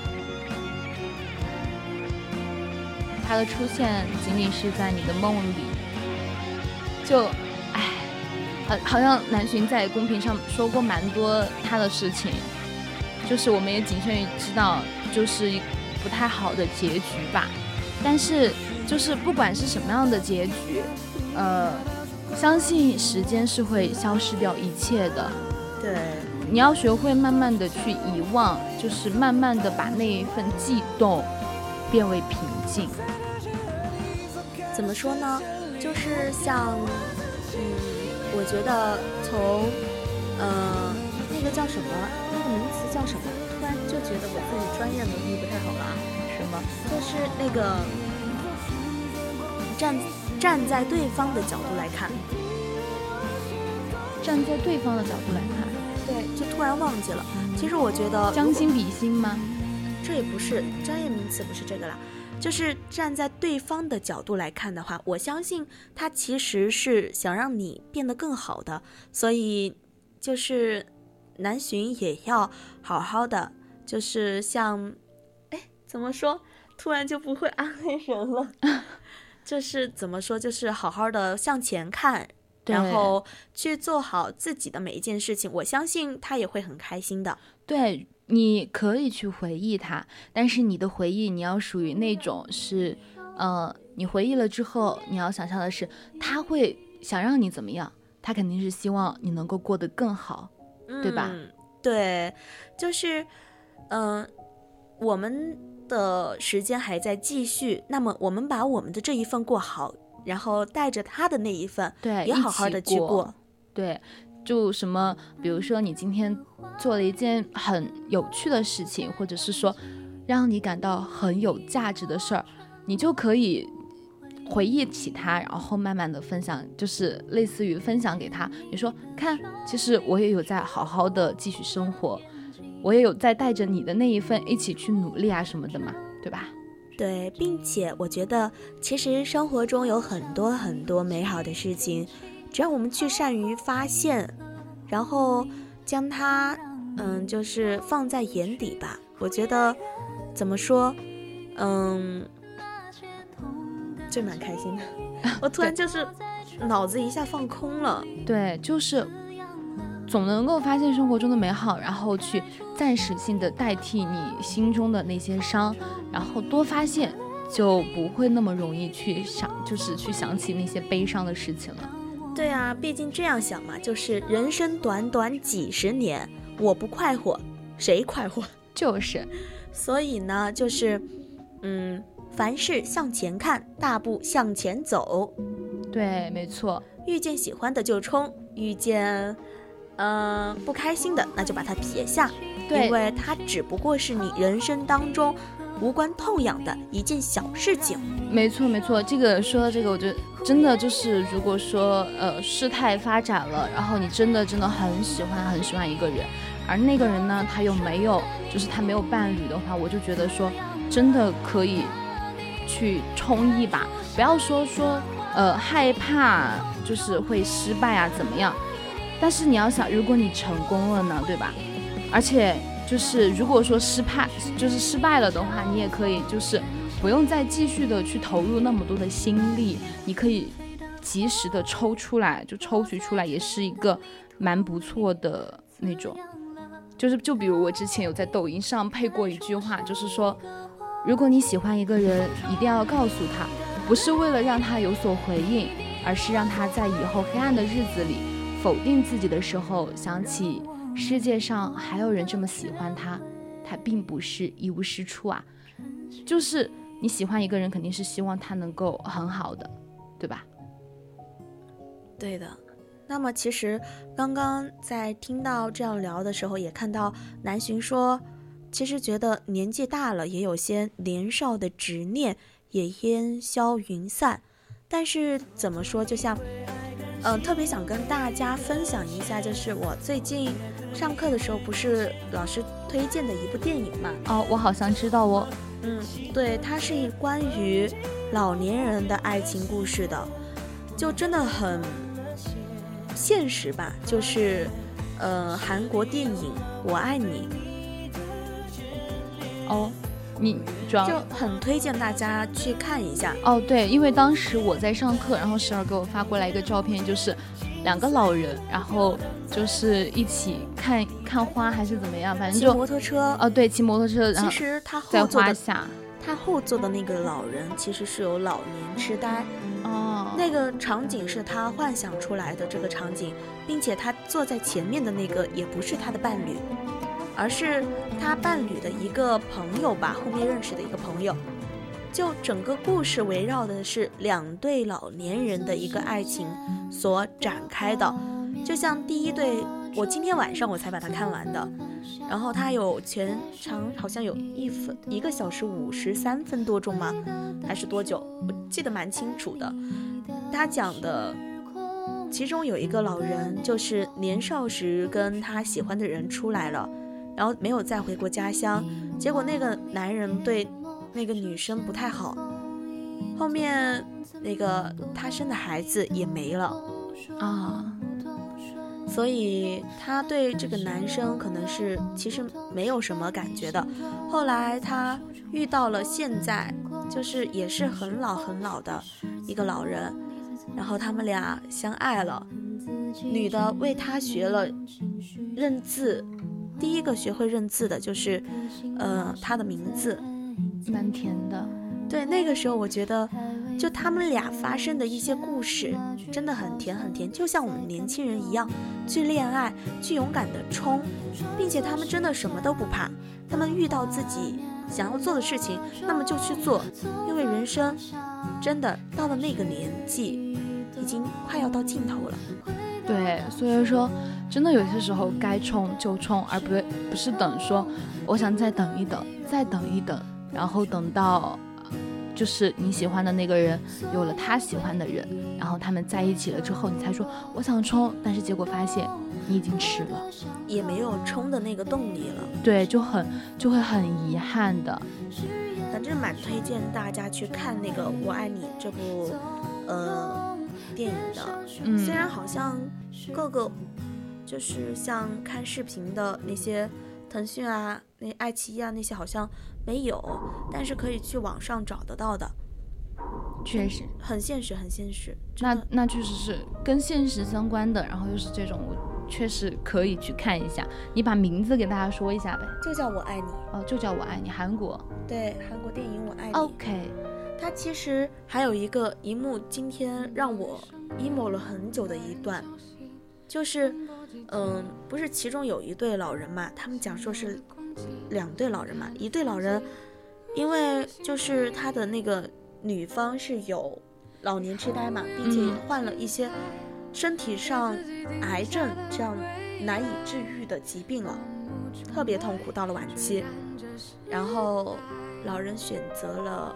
他的出现仅仅是在你的梦里，就，哎，好，好像南浔在公屏上说过蛮多他的事情，就是我们也仅限于知道，就是不太好的结局吧。但是，就是不管是什么样的结局，呃，相信时间是会消失掉一切的。 对， 你要学会慢慢的去遗忘，就是慢慢的把那一份悸动变为平静。 怎么说呢？就是像，嗯，我觉得从，呃，那个叫什么，那个名词叫什么？突然就觉得我自己专业能力不太好了啊。 什么？ 就是那个站站在对方的角度来看。 站在对方的角度来看。 对，就突然忘记了。其实我觉得将心比心吗？ 这也不是专业名词，不是这个啦。就是站在对方的角度来看的话，我相信他其实是想让你变得更好的，所以就是南浔也要好好的，就是像，哎，怎么说？突然就不会安慰人了。就是怎么说？就是好好的向前看，然后去做好自己的每一件事情。我相信他也会很开心的。 对。你可以去回忆它，但是你的回忆你要属于那种是，呃，你回忆了之后，你要想象的是，他会想让你怎么样？他肯定是希望你能够过得更好， 嗯、 对吧？ 对，就是，嗯、呃，我们的时间还在继续，那么我们把我们的这一份过好，然后带着他的那一份， 对， 也好好的去过， 对。就什么，比如说你今天做了一件很有趣的事情，或者是说让你感到很有价值的事儿，你就可以回忆起它，然后慢慢的分享，就是类似于分享给他。你说看，其实我也有在好好的继续生活，我也有在带着你的那一份一起去努力啊什么的嘛，对吧？ 对，并且我觉得其实生活中有很多很多美好的事情，只要我们去善于发现，然后将它嗯就是放在眼底吧，我觉得怎么说嗯就蛮开心的。我突然就是脑子一下放空了。 对，就是总能够发现生活中的美好，然后去暂时性的代替你心中的那些伤，然后多发现就不会那么容易去想，就是去想起那些悲伤的事情了。 对啊，毕竟这样想嘛，就是人生短短几十年，我不快活谁快活？ 就是所以呢就是嗯凡事向前看，大步向前走。 对，没错， 遇见喜欢的就冲，遇见嗯、呃、不开心的那就把它撇下。 对， 因为它只不过是你人生当中无关痛痒的一件小事情。 没错没错，这个说到这个，我觉得真的就是如果说呃事态发展了，然后你真的真的很喜欢很喜欢一个人，而那个人呢他又没有，就是他没有伴侣的话，我就觉得说真的可以去冲一把，不要说说呃害怕就是会失败啊怎么样，但是你要想，如果你成功了呢，对吧？而且就是如果说失败就是失败了的话，你也可以就是不用再继续的去投入那么多的心力，你可以及时的抽出来，就抽取出来，也是一个蛮不错的那种。就是就比如我之前有在抖音上配过一句话，就是说，如果你喜欢一个人，一定要告诉他，不是为了让他有所回应，而是让他在以后黑暗的日子里否定自己的时候，想起世界上还有人这么喜欢他，他并不是一无是处啊。就是你喜欢一个人，肯定是希望他能够很好的，对吧？ 对的。那么其实刚刚在听到这样聊的时候，也看到南浔说，其实觉得年纪大了，也有些年少的执念也烟消云散。但是怎么说，就像嗯、呃，特别想跟大家分享一下，就是我最近上课的时候不是老师推荐的一部电影嘛？ 哦，我好像知道哦。 嗯，对，它是关于老年人的爱情故事的，就真的很现实吧，就是呃韩国电影《我爱你》。 哦，你主要就很推荐大家去看一下。 哦，对，因为当时我在上课，然后时而给我发过来一个照片，就是两个老人，然后就是一起看看花还是怎么样，反正就骑摩托车。 哦，对，骑摩托车，然后其实他在后座的花下， 他后座的那个老人其实是有老年痴呆。 哦， 那个场景是他幻想出来的这个场景，并且他坐在前面的那个也不是他的伴侣，而是他伴侣的一个朋友吧，后面认识的一个朋友。就整个故事围绕的是两对老年人的一个爱情所展开的。就像第一对，我今天晚上我才把它看完的，然后它有全长好像有一分一个小时五十三分多钟吗？还是多久？我记得蛮清楚的。他讲的其中有一个老人，就是年少时跟他喜欢的人出来了，然后没有再回过家乡，结果那个男人对那个女生不太好，后面那个他生的孩子也没了啊， 所以他对这个男生可能是其实没有什么感觉的。后来他遇到了现在就是也是很老很老的一个老人，然后他们俩相爱了，女的为他学了认字，第一个学会认字的就是呃他的名字， 蛮甜的。 对，那个时候我觉得就他们俩发生的一些故事真的很甜很甜，就像我们年轻人一样去恋爱，去勇敢的冲，并且他们真的什么都不怕，他们遇到自己想要做的事情那么就去做，因为人生真的到了那个年纪已经快要到尽头了。 对，所以说真的有些时候该冲就冲，而不不是等说我想再等一等再等一等，然后等到就是你喜欢的那个人有了他喜欢的人，然后他们在一起了之后，你才说我想冲，但是结果发现你已经迟了， 也没有冲的那个动力了。 对，就很就会很遗憾的。 反正蛮推荐大家去看那个《我爱你》这部呃电影的。 嗯， 虽然好像各个就是像看视频的那些腾讯啊、那爱奇艺啊那些好像没有，但是可以去网上找得到的。 确实很现实，很现实。 那那确实是跟现实相关的，然后又是这种，我确实可以去看一下。你把名字给大家说一下呗。 就叫我爱你。 哦，就叫我爱你，韩国。 对，韩国电影我爱你。 OK。 它其实还有一个一幕，今天让我 emo 了很久的一段，就是嗯，不是其中有一对老人嘛，他们讲说是两对老人嘛，一对老人因为就是他的那个女方是有老年痴呆嘛，并且也患了一些身体上癌症这样难以治愈的疾病了，特别痛苦，到了晚期，然后老人选择了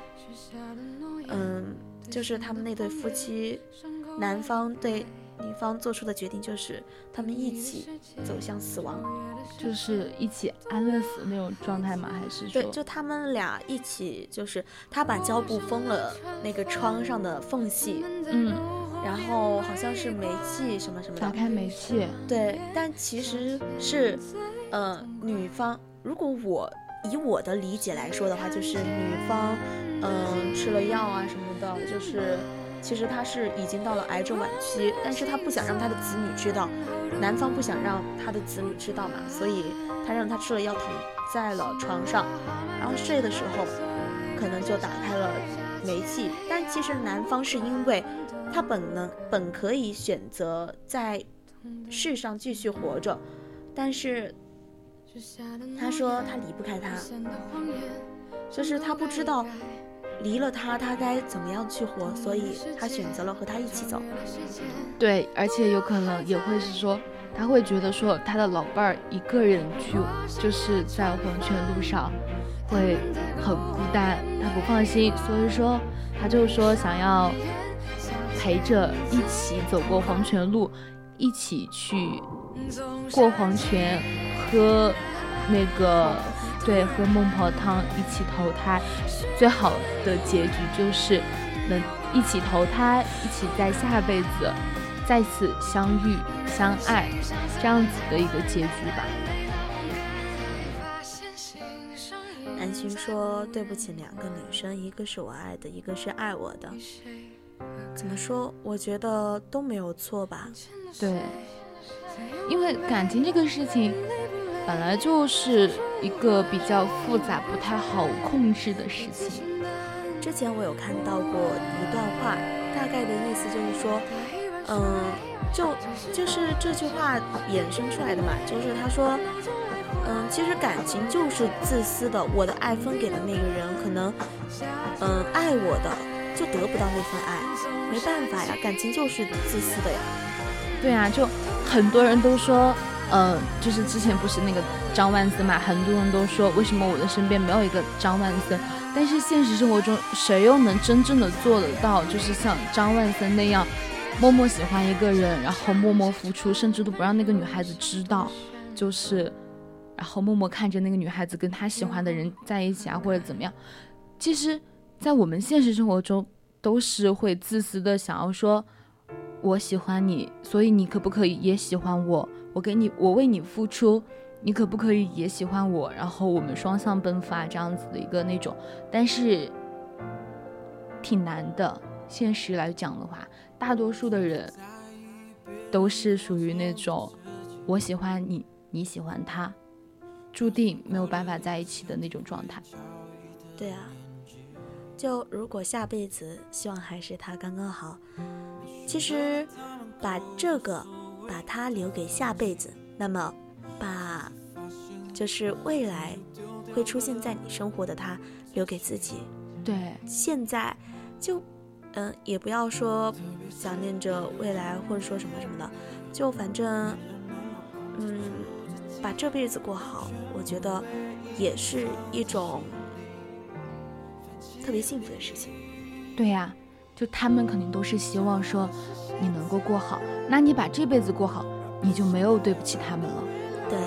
嗯，就是他们那对夫妻，男方对女方做出的决定就是他们一起走向死亡， 就是一起安乐死那种状态吗？还是说对，就他们俩一起，就是他把胶布封了那个窗上的缝隙， 嗯， 然后好像是煤气什么什么的， 打开煤气， 对，但其实是呃女方，如果我以我的理解来说的话，就是女方嗯吃了药啊什么的，就是其实她是已经到了癌症晚期，但是她不想让她的子女知道，男方不想让他的子女知道嘛，所以他让他吃了药躺在了床上，然后睡的时候可能就打开了煤气，但其实男方是因为他本能本可以选择在世上继续活着，但是他说他离不开他，就是他不知道离了他他该怎么样去活，所以他选择了和他一起走。 对，而且有可能也会是说他会觉得说他的老伴儿一个人去就是在黄泉路上会很孤单，他不放心，所以说他就说想要陪着一起走过黄泉路，一起去过黄泉，喝那个对喝孟婆汤，一起投胎，最好的结局就是能一起投胎，一起在下辈子再次相遇相爱，这样子的一个结局吧。 南浔说对不起两个女生，一个是我爱的，一个是爱我的，怎么说我觉得都没有错吧。 对，因为感情这个事情本来就是一个比较复杂不太好控制的事情。 之前我有看到过一段话，大概的意思就是说嗯，就就是这句话衍生出来的嘛，就是他说嗯，其实感情就是自私的，我的爱分给了那个人，可能嗯爱我的就得不到那份爱，没办法呀，感情就是自私的呀。 对啊，就很多人都说呃，就是之前不是那个张万森嘛，很多人都说为什么我的身边没有一个张万森，但是现实生活中谁又能真正的做得到就是像张万森那样默默喜欢一个人，然后默默付出，甚至都不让那个女孩子知道，就是然后默默看着那个女孩子跟他喜欢的人在一起啊，或者怎么样。其实在我们现实生活中都是会自私的想要说我喜欢你，所以你可不可以也喜欢我，我给你我为你付出，你可不可以也喜欢我，然后我们双向奔发，这样子的一个那种，但是挺难的。现实来讲的话，大多数的人都是属于那种我喜欢你，你喜欢他，注定没有办法在一起的那种状态。 对啊，就如果下辈子希望还是他刚刚好，其实把这个把他留给下辈子，那么把就是未来会出现在你生活的他留给自己。 对， 现在就嗯，也不要说想念着未来或者说什么什么的，就反正嗯，把这辈子过好，我觉得也是一种特别幸福的事情。 对呀、啊，就他们肯定都是希望说你能够过好，那你把这辈子过好，你就没有对不起他们了。 对，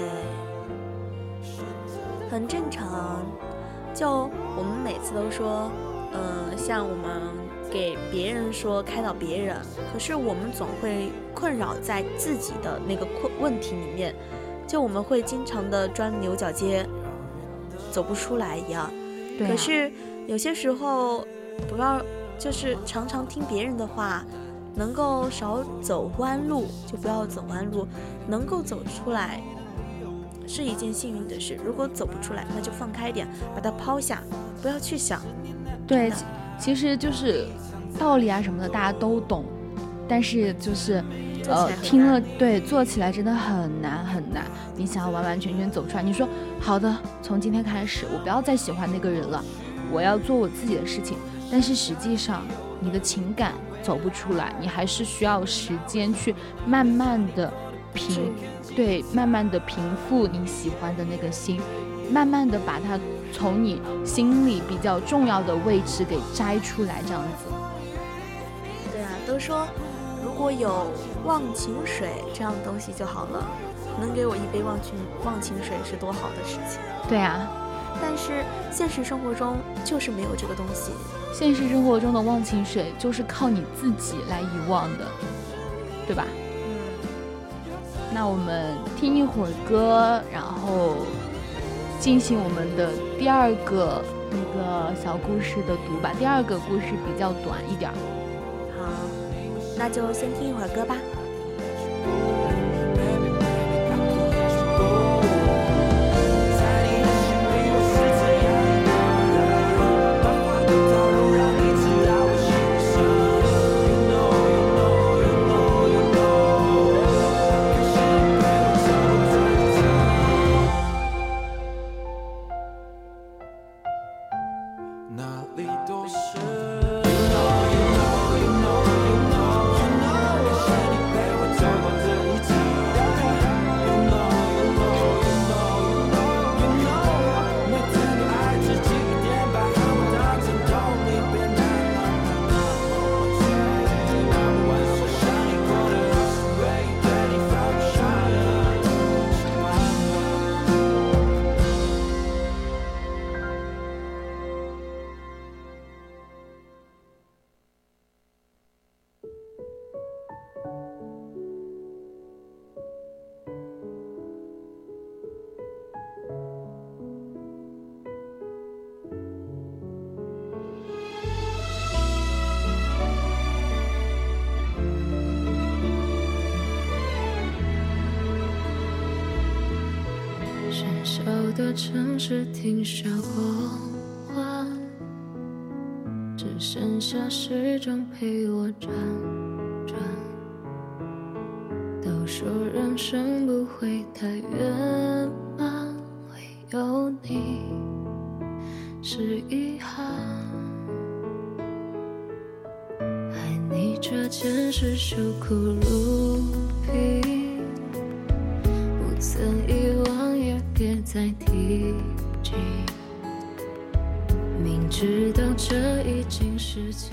很正常。就我们每次都说嗯，像我们给别人说开导别人，可是我们总会困扰在自己的那个困问题里面，就我们会经常的钻牛角尖，走不出来一样。 对啊、 可是有些时候不要就是常常听别人的话，能够少走弯路就不要走弯路，能够走出来是一件幸运的事，如果走不出来那就放开点，把它抛下，不要去想。 对，其实就是道理啊什么的大家都懂，但是就是呃听了对做起来真的很难很难。你想要完完全全走出来，你说好的，从今天开始我不要再喜欢那个人了，我要做我自己的事情，但是实际上你的情感走不出来，你还是需要时间去慢慢的平对慢慢的平复你喜欢的那个心，慢慢的把它从你心里比较重要的位置给摘出来，这样子。 对啊，都说如果有忘情水这样的东西就好了，能给我一杯忘情忘情水是多好的事情。 对啊， 但是现实生活中就是没有这个东西。 现实生活中的忘情水就是靠你自己来遗忘的，对吧？ 嗯， 那我们听一会儿歌，然后进行我们的第二个那个小故事的读吧。第二个故事比较短一点。 好，那就先听一会儿歌吧。 小的城市停下过往，只剩下时钟陪我转转。都说人生不会太圆满，唯有你是遗憾。爱你这件事羞愧如萍，不曾遗忘也别再提及，明知道这已经是结。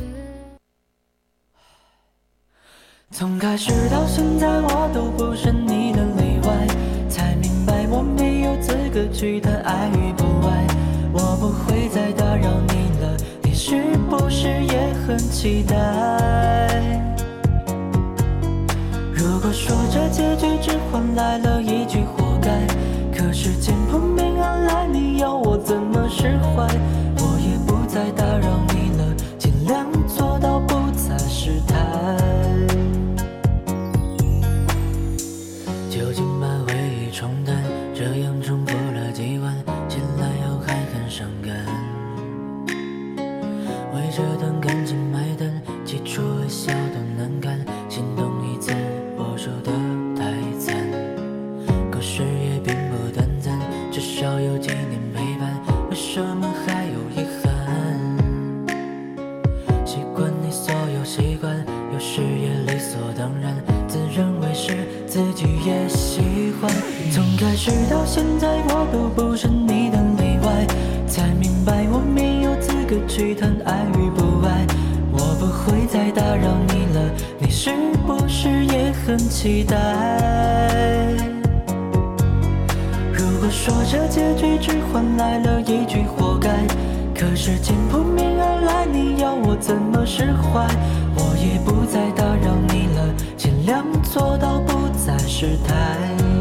从开始到现在我都不是你的例外，才明白我没有资格去谈爱与不爱。我不会再打扰你了，你是不是也很期待？如果说这结局只换来了一句活该，可是见不明而来，你要我怎么释怀？我也不再打扰你了，尽量做到不再失态。就尽把回忆冲淡，这样重复了几晚，醒来后还很伤感。为这段感情买单，起初微笑都难看，心动一次我输得太惨。可是也并不短暂，至少有几年陪伴，为什么还有遗憾？习惯你所有习惯，有时也理所当然，自认为是自己也喜欢。从开始到现在我都不是你的例外，才明白我没有资格去谈爱与不爱。我不会再打扰你了，你是不是也很期待？如果说这结局只换来了一句活该，可是见不明而来，你要我怎么释怀？我也不再打扰你了，尽量做到不再失态。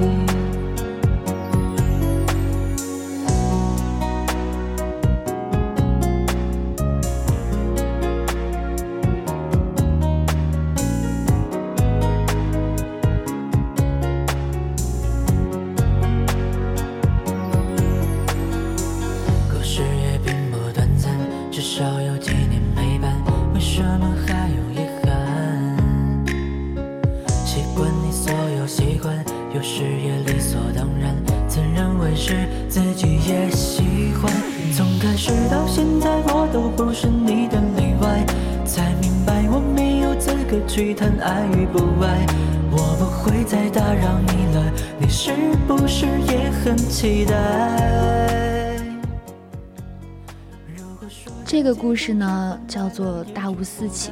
去谈爱与不爱，我不会再打扰你了，你是不是也很期待？ 这个故事呢，叫做大雾四起。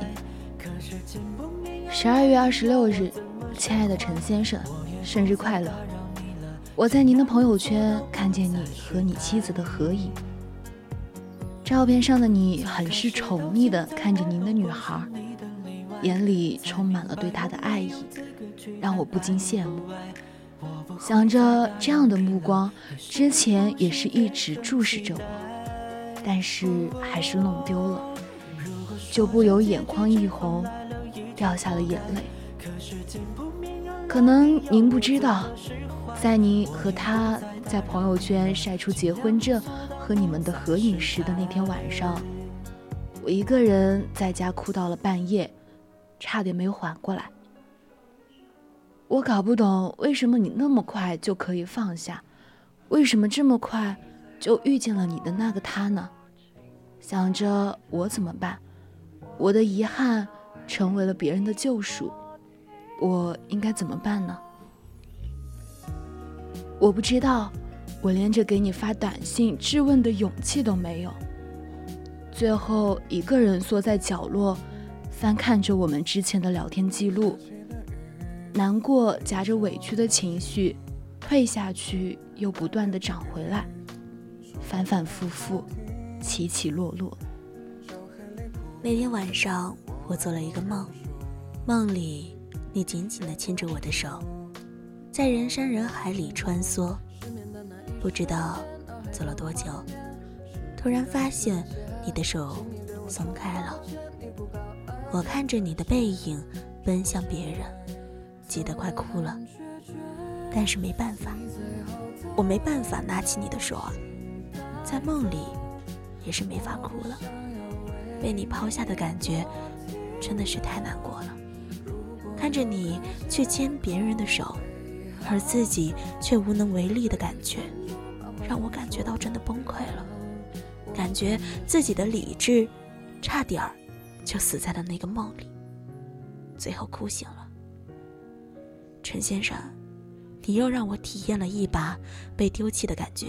十二月二十六日，亲爱的陈先生，生日快乐！我在您的朋友圈看见你和你妻子的合影，照片上的你很是宠溺地看着您的女孩，眼里充满了对她的爱意，让我不禁羡慕。 想着这样的目光之前也是一直注视着我，但是还是弄丢了，就不由眼眶一红，掉下了眼泪。可能您不知道，在您和他在朋友圈晒出结婚证和你们的合影时的那天晚上，我一个人在家哭到了半夜，差点没有缓过来。我搞不懂为什么你那么快就可以放下，为什么这么快就遇见了你的那个他呢？想着我怎么办，我的遗憾成为了别人的救赎，我应该怎么办呢？我不知道，我连着给你发短信质问的勇气都没有。最后一个人缩在角落，翻看着我们之前的聊天记录，难过夹着委屈的情绪退下去，又不断地涨回来，反反复复，起起落落。 那天晚上我做了一个梦，梦里你紧紧地牵着我的手，在人山人海里穿梭，不知道走了多久，突然发现你的手松开了。我看着你的背影奔向别人，急得快哭了，但是没办法，我没办法拿起你的手啊，在梦里也是没法哭了。被你抛下的感觉真的是太难过了，看着你去牵别人的手，而自己却无能为力的感觉，让我感觉到真的崩溃了，感觉自己的理智差点儿就死在了那个梦里，最后哭醒了。陈先生，你又让我体验了一把被丢弃的感觉。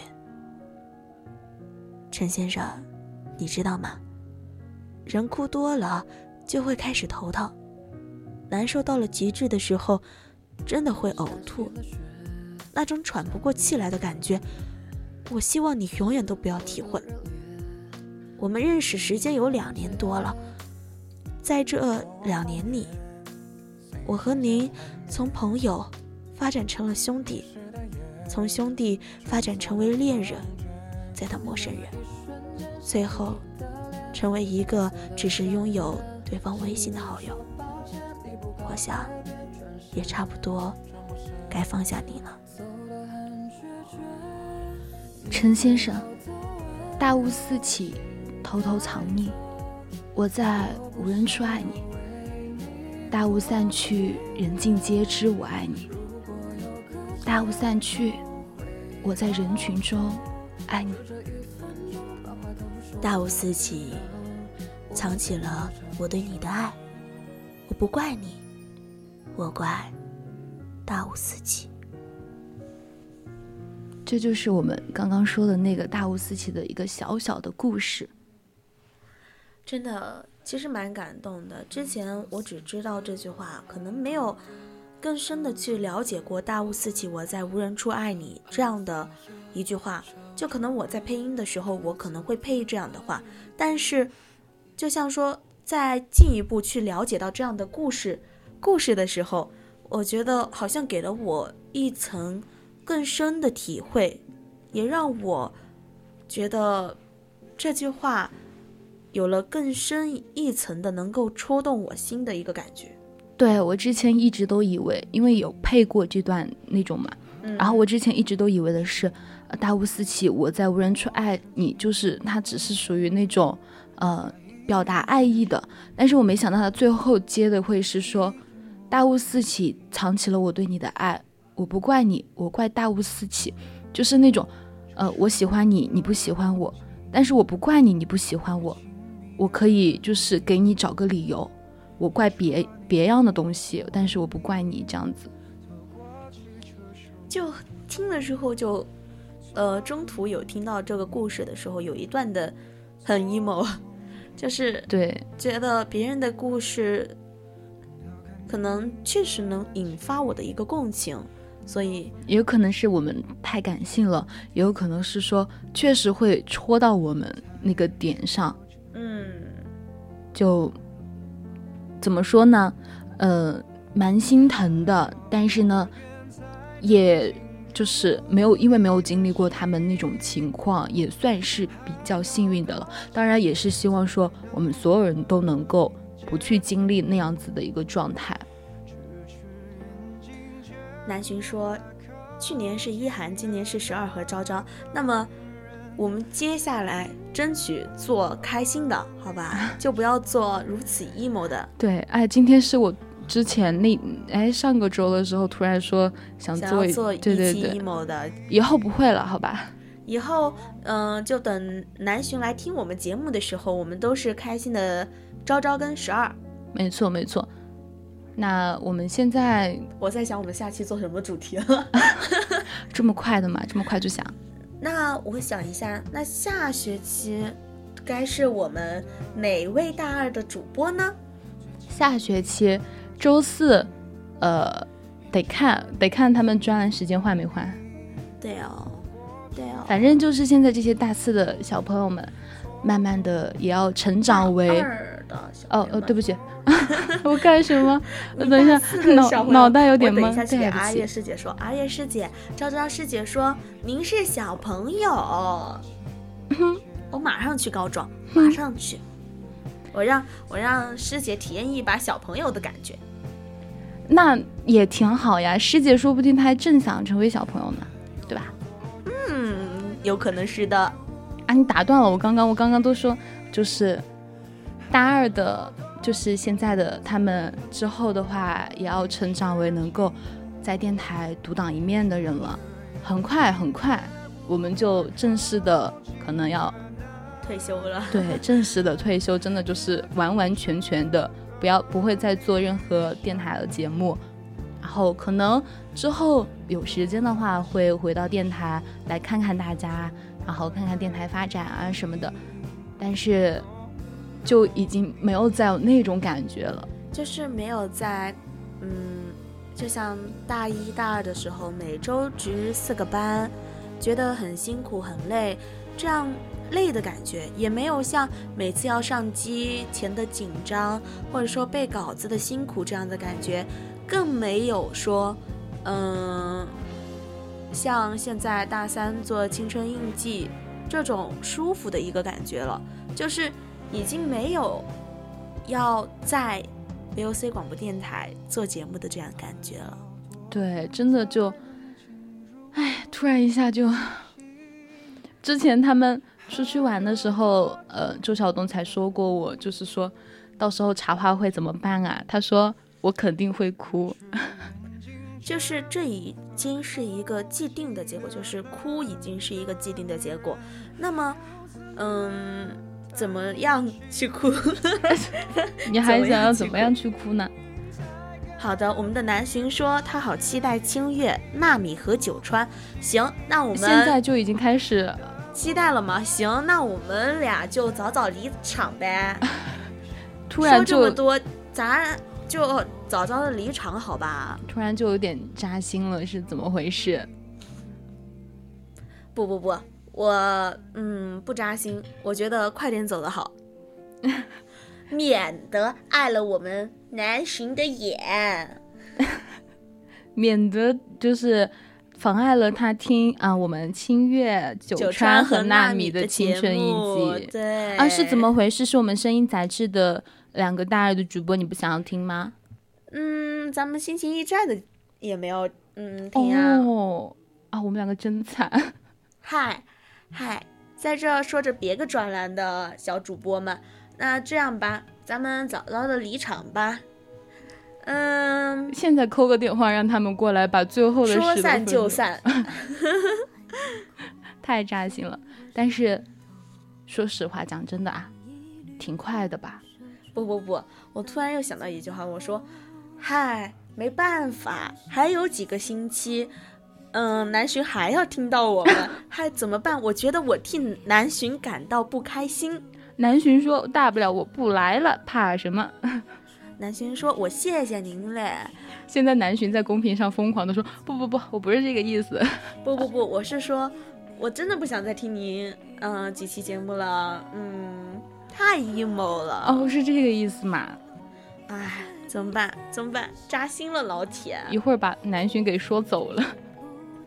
陈先生，你知道吗？人哭多了就会开始头疼，难受到了极致的时候，真的会呕吐，那种喘不过气来的感觉，我希望你永远都不要体会。我们认识时间有两年多了，在这两年里，我和您从朋友发展成了兄弟，从兄弟发展成为恋人，再到陌生人，最后成为一个只是拥有对方微信的好友。我想也差不多该放下你了。 陈先生，大雾四起，偷偷藏匿，我在无人处爱你。大雾散去，人尽皆知我爱你。大雾散去，我在人群中爱你。 大雾四起，藏起了我对你的爱，我不怪你，我怪大雾四起。 这就是我们刚刚说的那个大雾四起的一个小小的故事。 真的其实蛮感动的，之前我只知道这句话，可能没有更深的去了解过大雾四起，我在无人处爱你这样的一句话。就可能我在配音的时候，我可能会配这样的话，但是就像说在进一步去了解到这样的故事故事的时候，我觉得好像给了我一层更深的体会，也让我觉得这句话有了更深一层的能够戳动我心的一个感觉。 对，我之前一直都以为，因为有配过这段那种嘛，嗯、然后我之前一直都以为的是大雾四起，我在无人处爱你，就是它只是属于那种呃表达爱意的，但是我没想到它最后接的会是说大雾四起，藏起了我对你的爱，我不怪你，我怪大雾四起，就是那种呃我喜欢你，你不喜欢我，但是我不怪你，你不喜欢我，我可以就是给你找个理由，我怪别别样的东西，但是我不怪你，这样子。 就听的时候就呃中途有听到这个故事的时候，有一段的很 emo， 就是对觉得别人的故事可能确实能引发我的一个共情，所以也有可能是我们太感性了，也有可能是说确实会戳到我们那个点上。 嗯， 就怎么说呢，呃蛮心疼的，但是呢也就是没有，因为没有经历过他们那种情况，也算是比较幸运的了。当然也是希望说我们所有人都能够不去经历那样子的一个状态。 南浔说去年是一涵，今年是十二和昭昭，那么我们接下来争取做开心的好吧，就不要做如此 emo 的。 对，哎，今天是我之前那哎上个周的时候突然说想做想要做一期对对对 emo 的， 以后不会了好吧。 以后嗯、呃，就等南浔来听我们节目的时候，我们都是开心的昭昭跟十二。 没错没错。那我们现在我在想我们下期做什么主题了这么快的嘛，这么快就想。 那我想一下，那下学期该是我们哪位大二的主播呢？ 下学期周四呃得看得看他们专栏时间换没换。 对哦对哦， 反正就是现在这些大四的小朋友们慢慢的也要成长为哦哦对不起我干什么我等一下脑脑袋有点懵。 我等一下去给阿叶师姐说，阿叶师姐，昭昭师姐说您是小朋友我马上去告状，马上去我让我让师姐体验一把小朋友的感觉。 那也挺好呀，师姐说不定她还正想成为小朋友呢，对吧？ 嗯，有可能是的。 啊，你打断了我刚刚，我刚刚都说就是大二的，就是现在的他们之后的话，也要成长为能够在电台独当一面的人了。很快很快，我们就正式的可能要退休了。 对，正式的退休，真的就是完完全全的不要不会再做任何电台的节目。然后可能之后有时间的话，会回到电台来看看大家，然后看看电台发展啊什么的，但是就已经没有再有那种感觉了， 就是没有在嗯，就像大一大二的时候每周值四个班，觉得很辛苦很累，这样累的感觉，也没有像每次要上机前的紧张，或者说背稿子的辛苦这样的感觉，更没有说嗯，像现在大三做青春印记这种舒服的一个感觉了，就是已经没有要在 V O C 广播电台做节目的这样感觉了。 对，真的就哎，突然一下就之前他们出去玩的时候，呃，周晓东才说过我，就是说到时候茶话会怎么办啊？他说我肯定会哭。 就是这已经是一个既定的结果，就是哭已经是一个既定的结果。那么，嗯，怎么样去哭？ 你还想要怎么样去哭呢？ 好的，我们的南浔说他好期待清月、纳米和九川。行，那我们现在就已经开始期待了吗？行，那我们俩就早早离场呗。 突然就说这么多，咱就早早的离场好吧？ 突然就有点扎心了，是怎么回事？ 不不不，我嗯不扎心，我觉得快点走的好，免得碍了我们南浔的眼， 免得就是妨碍了他听啊我们清月、九川和纳米的青春印记。 对啊，是怎么回事？是我们声音杂志的两个大二的主播，你不想要听吗？ 嗯，咱们心情驿站的也没有嗯听啊。 哦啊，我们两个真惨。 嗨嗨，在这说着别个专栏的小主播们，那这样吧，咱们早早的离场吧。嗯， 现在扣个电话让他们过来把最后的事说散就散。 太扎心了。但是说实话，讲真的啊，挺快的吧？ 不不不，我突然又想到一句话，我说嗨，没办法，还有几个星期嗯，南浔还要听到我们还怎么办？我觉得我替南浔感到不开心。 南浔说大不了我不来了，怕什么？ 南浔说我谢谢您嘞。 现在南浔在公屏上疯狂的说不不不，我不是这个意思。 不不不，我是说我真的不想再听您嗯、呃、几期节目了，嗯，太 emo 了。 哦，是这个意思嘛？ 哎，怎么办怎么办，扎心了老铁。 一会儿把南浔给说走了。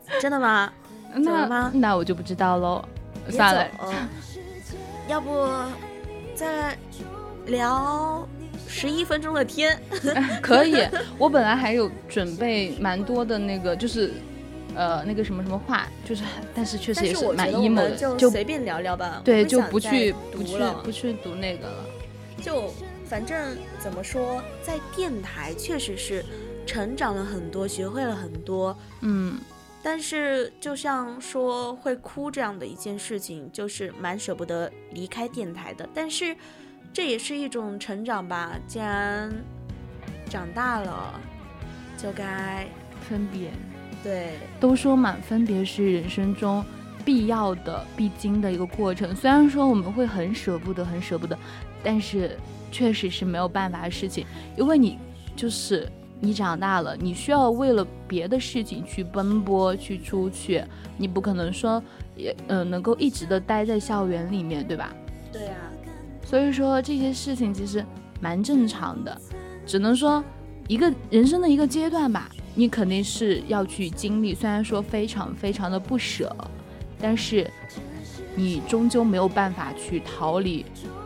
真的吗？怎么那吗那我就不知道喽。 别算了， 走，要不再聊十一分钟的天？ 可以。我本来还有准备蛮多的那个，就是呃那个什么什么话，就是但是确实也但是我蛮觉得我 emo 们的， 就就随便聊聊吧， 对， 我不就不想再去不去读了不去读那个了。 就反正怎么说，在电台确实是成长了很多，学会了很多。 嗯， 但是就像说会哭这样的一件事情，就是蛮舍不得离开电台的。但是这也是一种成长吧，既然长大了，就该分别。 对， 都说嘛，分别是人生中必要的、必经的一个过程。虽然说我们会很舍不得、很舍不得，但是确实是没有办法的事情，因为你就是你长大了，你需要为了别的事情去奔波、去出去，你不可能说也呃能够一直的待在校园里面，对吧？ 对啊， 所以说这些事情其实蛮正常的，只能说一个人生的一个阶段吧，你肯定是要去经历，虽然说非常非常的不舍，但是你终究没有办法去逃离。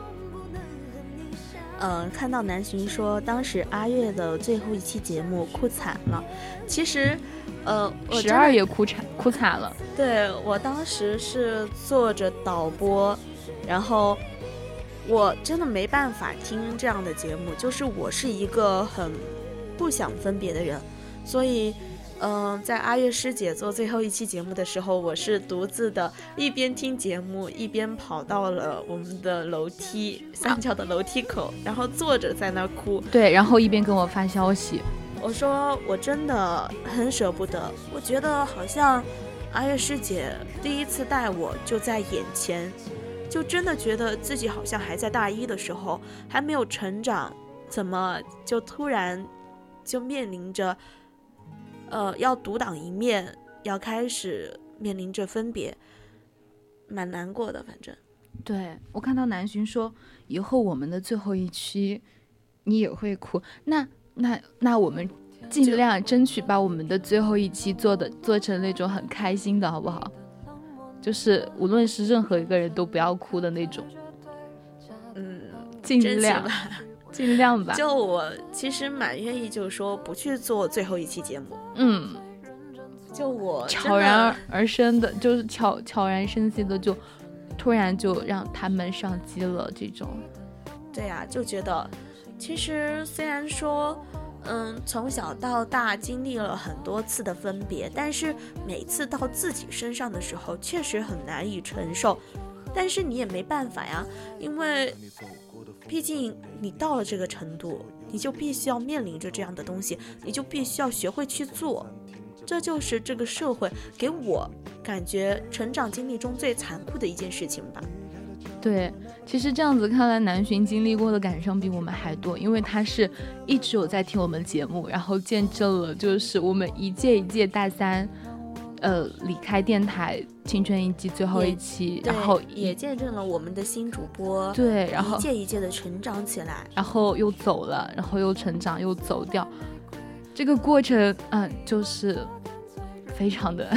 呃，看到南浔说当时阿月的最后一期节目哭惨了，其实，呃，我真的十二也哭惨哭惨了。 对，我当时是做着导播，然后我真的没办法听这样的节目，就是我是一个很不想分别的人，所以嗯、呃，在阿月师姐做最后一期节目的时候，我是独自的一边听节目一边跑到了我们的楼梯三角的楼梯口，然后坐着在那哭。 对，然后一边跟我发消息， 我说我真的很舍不得，我觉得好像阿月师姐第一次带我就在眼前，就真的觉得自己好像还在大一的时候，还没有成长，怎么就突然就面临着呃要独当一面，要开始面临着分别，蛮难过的。反正对，我看到南浔说以后我们的最后一期你也会哭，那那那我们尽量争取把我们的最后一期做的做成那种很开心的，好不好？就是无论是任何一个人都不要哭的那种， 嗯， 尽量吧尽量吧。 就我其实蛮愿意，就是说不去做最后一期节目。 嗯， 就我悄然而生的，就是悄悄然生息的，就突然就让他们上机了这种。 对呀、啊，就觉得其实虽然说嗯从小到大经历了很多次的分别，但是每次到自己身上的时候确实很难以承受，但是你也没办法呀，因为毕竟你到了这个程度，你就必须要面临着这样的东西，你就必须要学会去做，这就是这个社会给我感觉成长经历中最残酷的一件事情吧。 对，其实这样子看来，南浔经历过的感伤比我们还多，因为他是一直有在听我们节目，然后见证了就是我们一届一届大三呃离开电台青春一季最后一期，然后也见证了我们的新主播对，然后一届一届的成长起来， 然后又走了，然后又成长又走掉，这个过程嗯就是非常的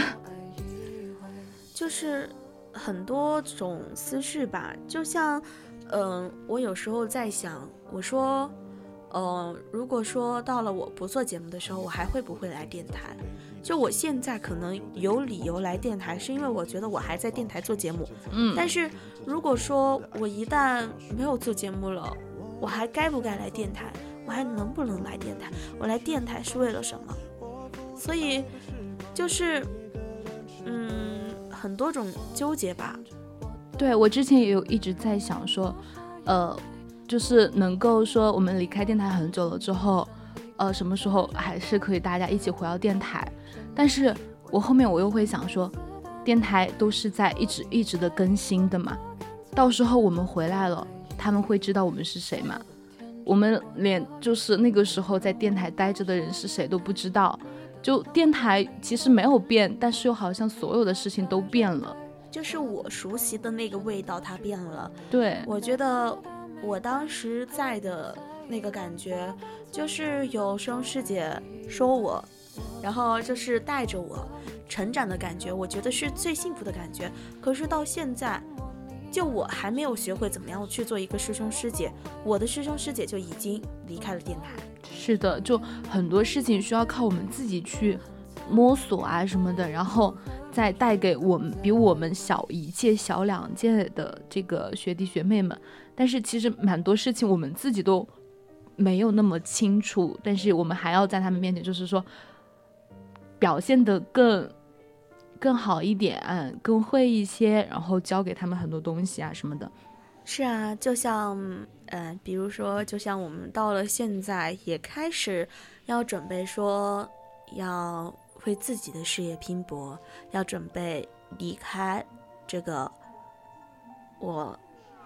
就是很多种思绪吧。就像嗯、呃，我有时候在想，我说呃，如果说到了我不做节目的时候，我还会不会来电台？就我现在可能有理由来电台，是因为我觉得我还在电台做节目。 嗯， 但是如果说我一旦没有做节目了，我还该不该来电台？我还能不能来电台？我来电台是为了什么？所以就是嗯，很多种纠结吧。 对，我之前也有一直在想说呃就是能够说我们离开电台很久了之后呃什么时候还是可以大家一起回到电台，但是我后面我又会想说电台都是在一直一直的更新的嘛，到时候我们回来了他们会知道我们是谁吗？我们连就是那个时候在电台待着的人是谁都不知道，就电台其实没有变，但是又好像所有的事情都变了， 就是我熟悉的那个味道它变了。 对， 我觉得我当时在的那个感觉就是有生师姐说我， 然后就是带着我成长的感觉，我觉得是最幸福的感觉。可是到现在，就我还没有学会怎么样去做一个师兄师姐，我的师兄师姐就已经离开了电台。 是的，就很多事情需要靠我们自己去摸索啊什么的，然后再带给我们比我们小一届小两届的这个学弟学妹们。但是其实蛮多事情我们自己都没有那么清楚，但是我们还要在他们面前就是说表现得更更好一点，嗯，更会一些，然后教给他们很多东西啊什么的。 是啊，就像呃，比如说就像我们到了现在也开始要准备说要为自己的事业拼搏，要准备离开这个我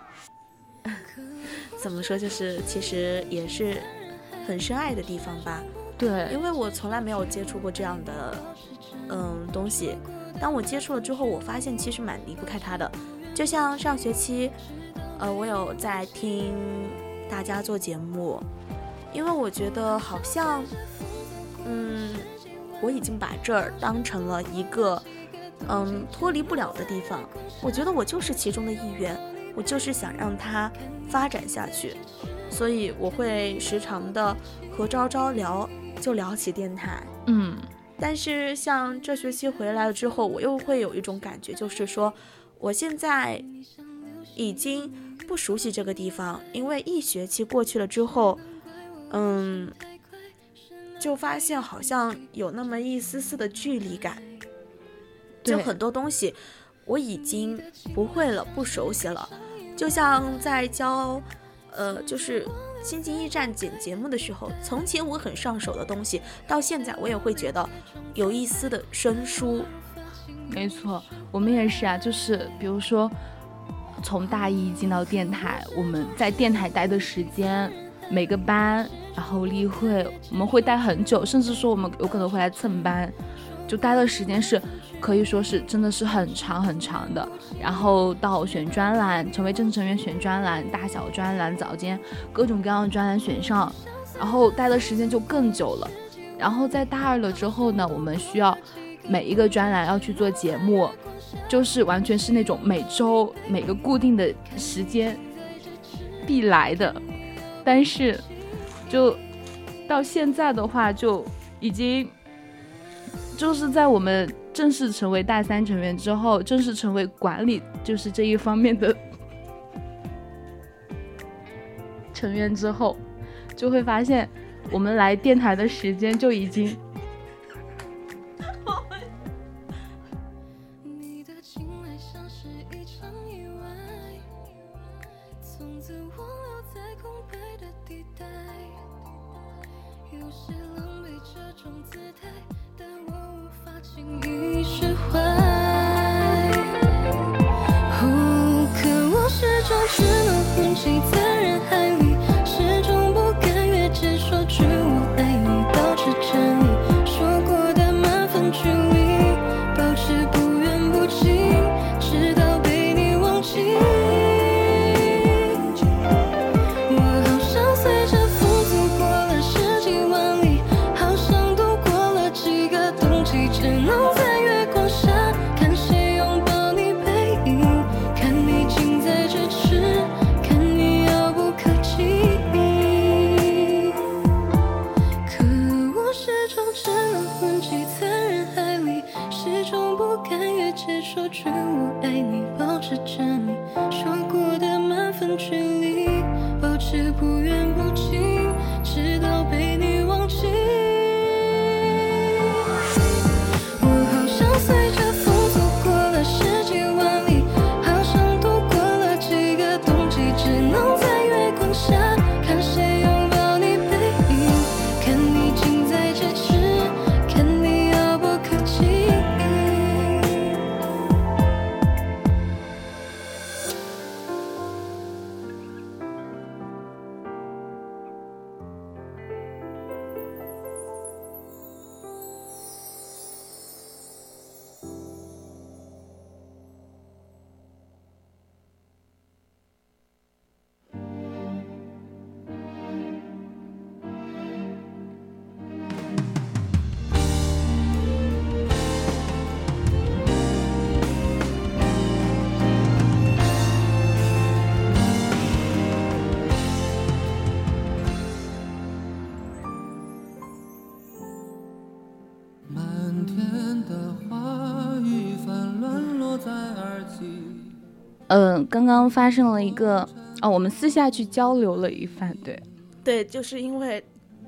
怎么说，就是其实也是很深爱的地方吧。 对， 因为我从来没有接触过这样的嗯东西，当我接触了之后，我发现其实蛮离不开它的。就像上学期呃，我有在听大家做节目，因为我觉得好像嗯我已经把这儿当成了一个嗯脱离不了的地方，我觉得我就是其中的一员，我就是想让它发展下去，所以我会时常的和昭昭聊，就聊起电台。 嗯， 但是像这学期回来了之后，我又会有一种感觉，就是说我现在已经不熟悉这个地方，因为一学期过去了之后，嗯，就发现好像有那么一丝丝的距离感，就很多东西我已经不会了，不熟悉了。就像在教呃就是新京驿站剪节目的时候，从前我很上手的东西，到现在我也会觉得有一丝的生疏。 没错，我们也是啊，就是比如说从大一进到电台，我们在电台待的时间，每个班然后例会我们会待很久，甚至说我们有可能会来蹭班，就待的时间是可以说是真的是很长很长的。然后到选专栏，成为正式成员选专栏，大小专栏、早间各种各样的专栏选上，然后待的时间就更久了。然后在大二了之后呢，我们需要每一个专栏要去做节目，就是完全是那种每周每个固定的时间必来的。但是就到现在的话，就已经就是在我们正式成为大三成员之后，正式成为管理就是这一方面的成员之后，就会发现我们来电台的时间就已经嗯、呃，刚刚发生了一个哦，我们私下去交流了一番，对， 对，就是因为，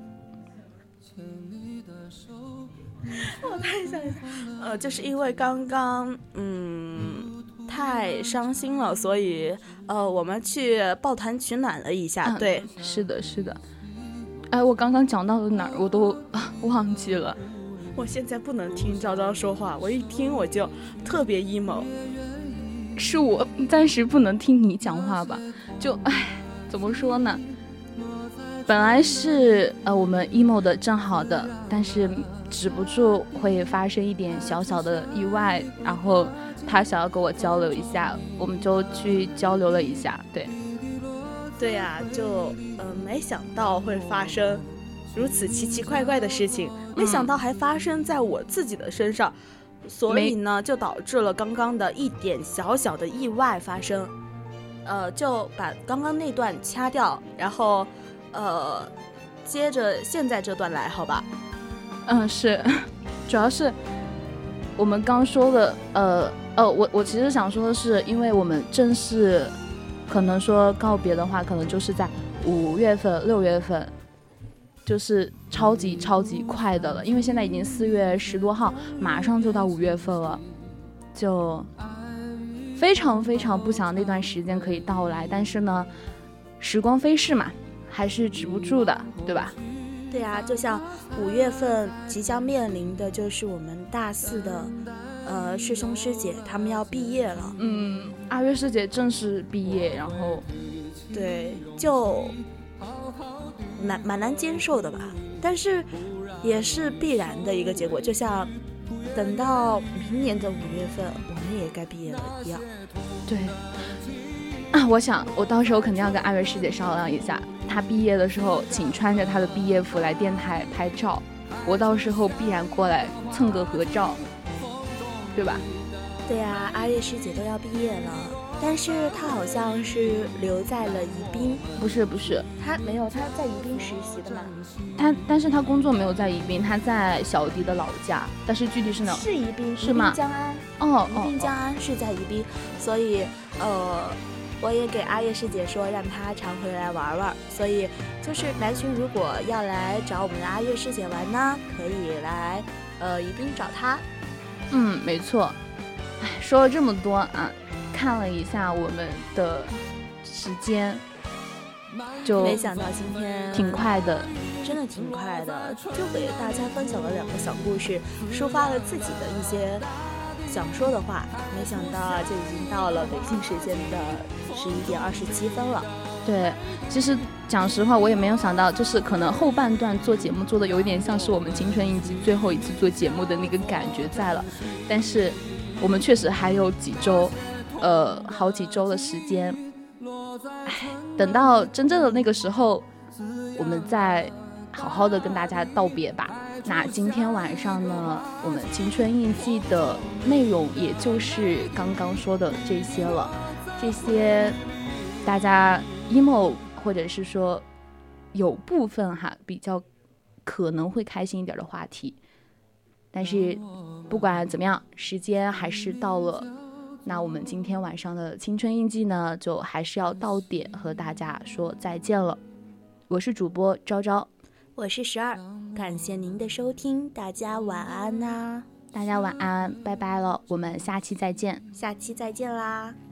我看一下，呃，就是因为刚刚，嗯，太伤心了，所以，呃，我们去抱团取暖了一下， 嗯、 对， 是的，是的。哎，我刚刚讲到了哪儿，我都忘记了。 我现在不能听昭昭说话，我一听我就特别 emo。 是我暂时不能听你讲话吧？就哎，怎么说呢？本来是呃我们 emo 的正好的，但是止不住会发生一点小小的意外，然后他想要跟我交流一下，我们就去交流了一下，对。 对呀、啊，就呃没想到会发生如此奇奇怪怪的事情，没想到还发生在我自己的身上，嗯、所以呢就导致了刚刚的一点小小的意外发生。呃，就把刚刚那段掐掉，然后呃接着现在这段来，好吧？ 嗯，是，主要是我们刚说的，呃呃，我我其实想说的是，因为我们正式可能说告别的话，可能就是在五月份、六月份，就是超级超级快的了。因为现在已经四月十多号，马上就到五月份了，就非常非常不想那段时间可以到来。但是呢，时光飞逝嘛，还是止不住的，对吧？ 对啊，就像五月份即将面临的就是我们大四的呃师兄师姐他们要毕业了。 嗯，二月师姐正式毕业，然后对，就蛮蛮难接受的吧，但是也是必然的一个结果，就像等到明年的五月份我们也该毕业了一样。 对啊，我想我到时候肯定要跟二月师姐商量一下，她毕业的时候请穿着她的毕业服来电台拍照，我到时候必然过来蹭个合照，对吧？ 对呀、啊，阿月师姐都要毕业了，但是她好像是留在了宜宾。 不是不是， 她没有，她在宜宾实习的嘛。 她但是她工作没有在宜宾，她在小迪的老家，但是具体是哪？ 是宜宾， 是吗？ 宜宾江安。 哦宜宾江安是在宜宾，所以呃。我也给阿月师姐说，让她常回来玩玩。所以，就是南浔如果要来找我们的阿月师姐玩呢，可以来呃宜宾找她。 嗯，没错。哎，说了这么多啊，看了一下我们的时间，就没想到今天挺快的， 真的挺快的，就给大家分享了两个小故事，抒发了自己的一些想说的话。没想到就已经到了北京时间的十一点二十七分了。 对，其实讲实话，我也没有想到，就是可能后半段做节目做的有一点像是我们青春印记最后一次做节目的那个感觉在了，但是我们确实还有几周，呃，好几周的时间。哎，等到真正的那个时候，我们再好好的跟大家道别吧。那今天晚上呢，我们青春印记的内容也就是刚刚说的这些了，这些大家 emo 或者是说有部分哈比较可能会开心一点的话题，但是不管怎么样，时间还是到了。那我们今天晚上的青春印记呢，就还是要到点和大家说再见了。我是主播昭昭， 我是十二，感谢您的收听，大家晚安呐、啊， 大家晚安，拜拜了，我们下期再见， 下期再见啦。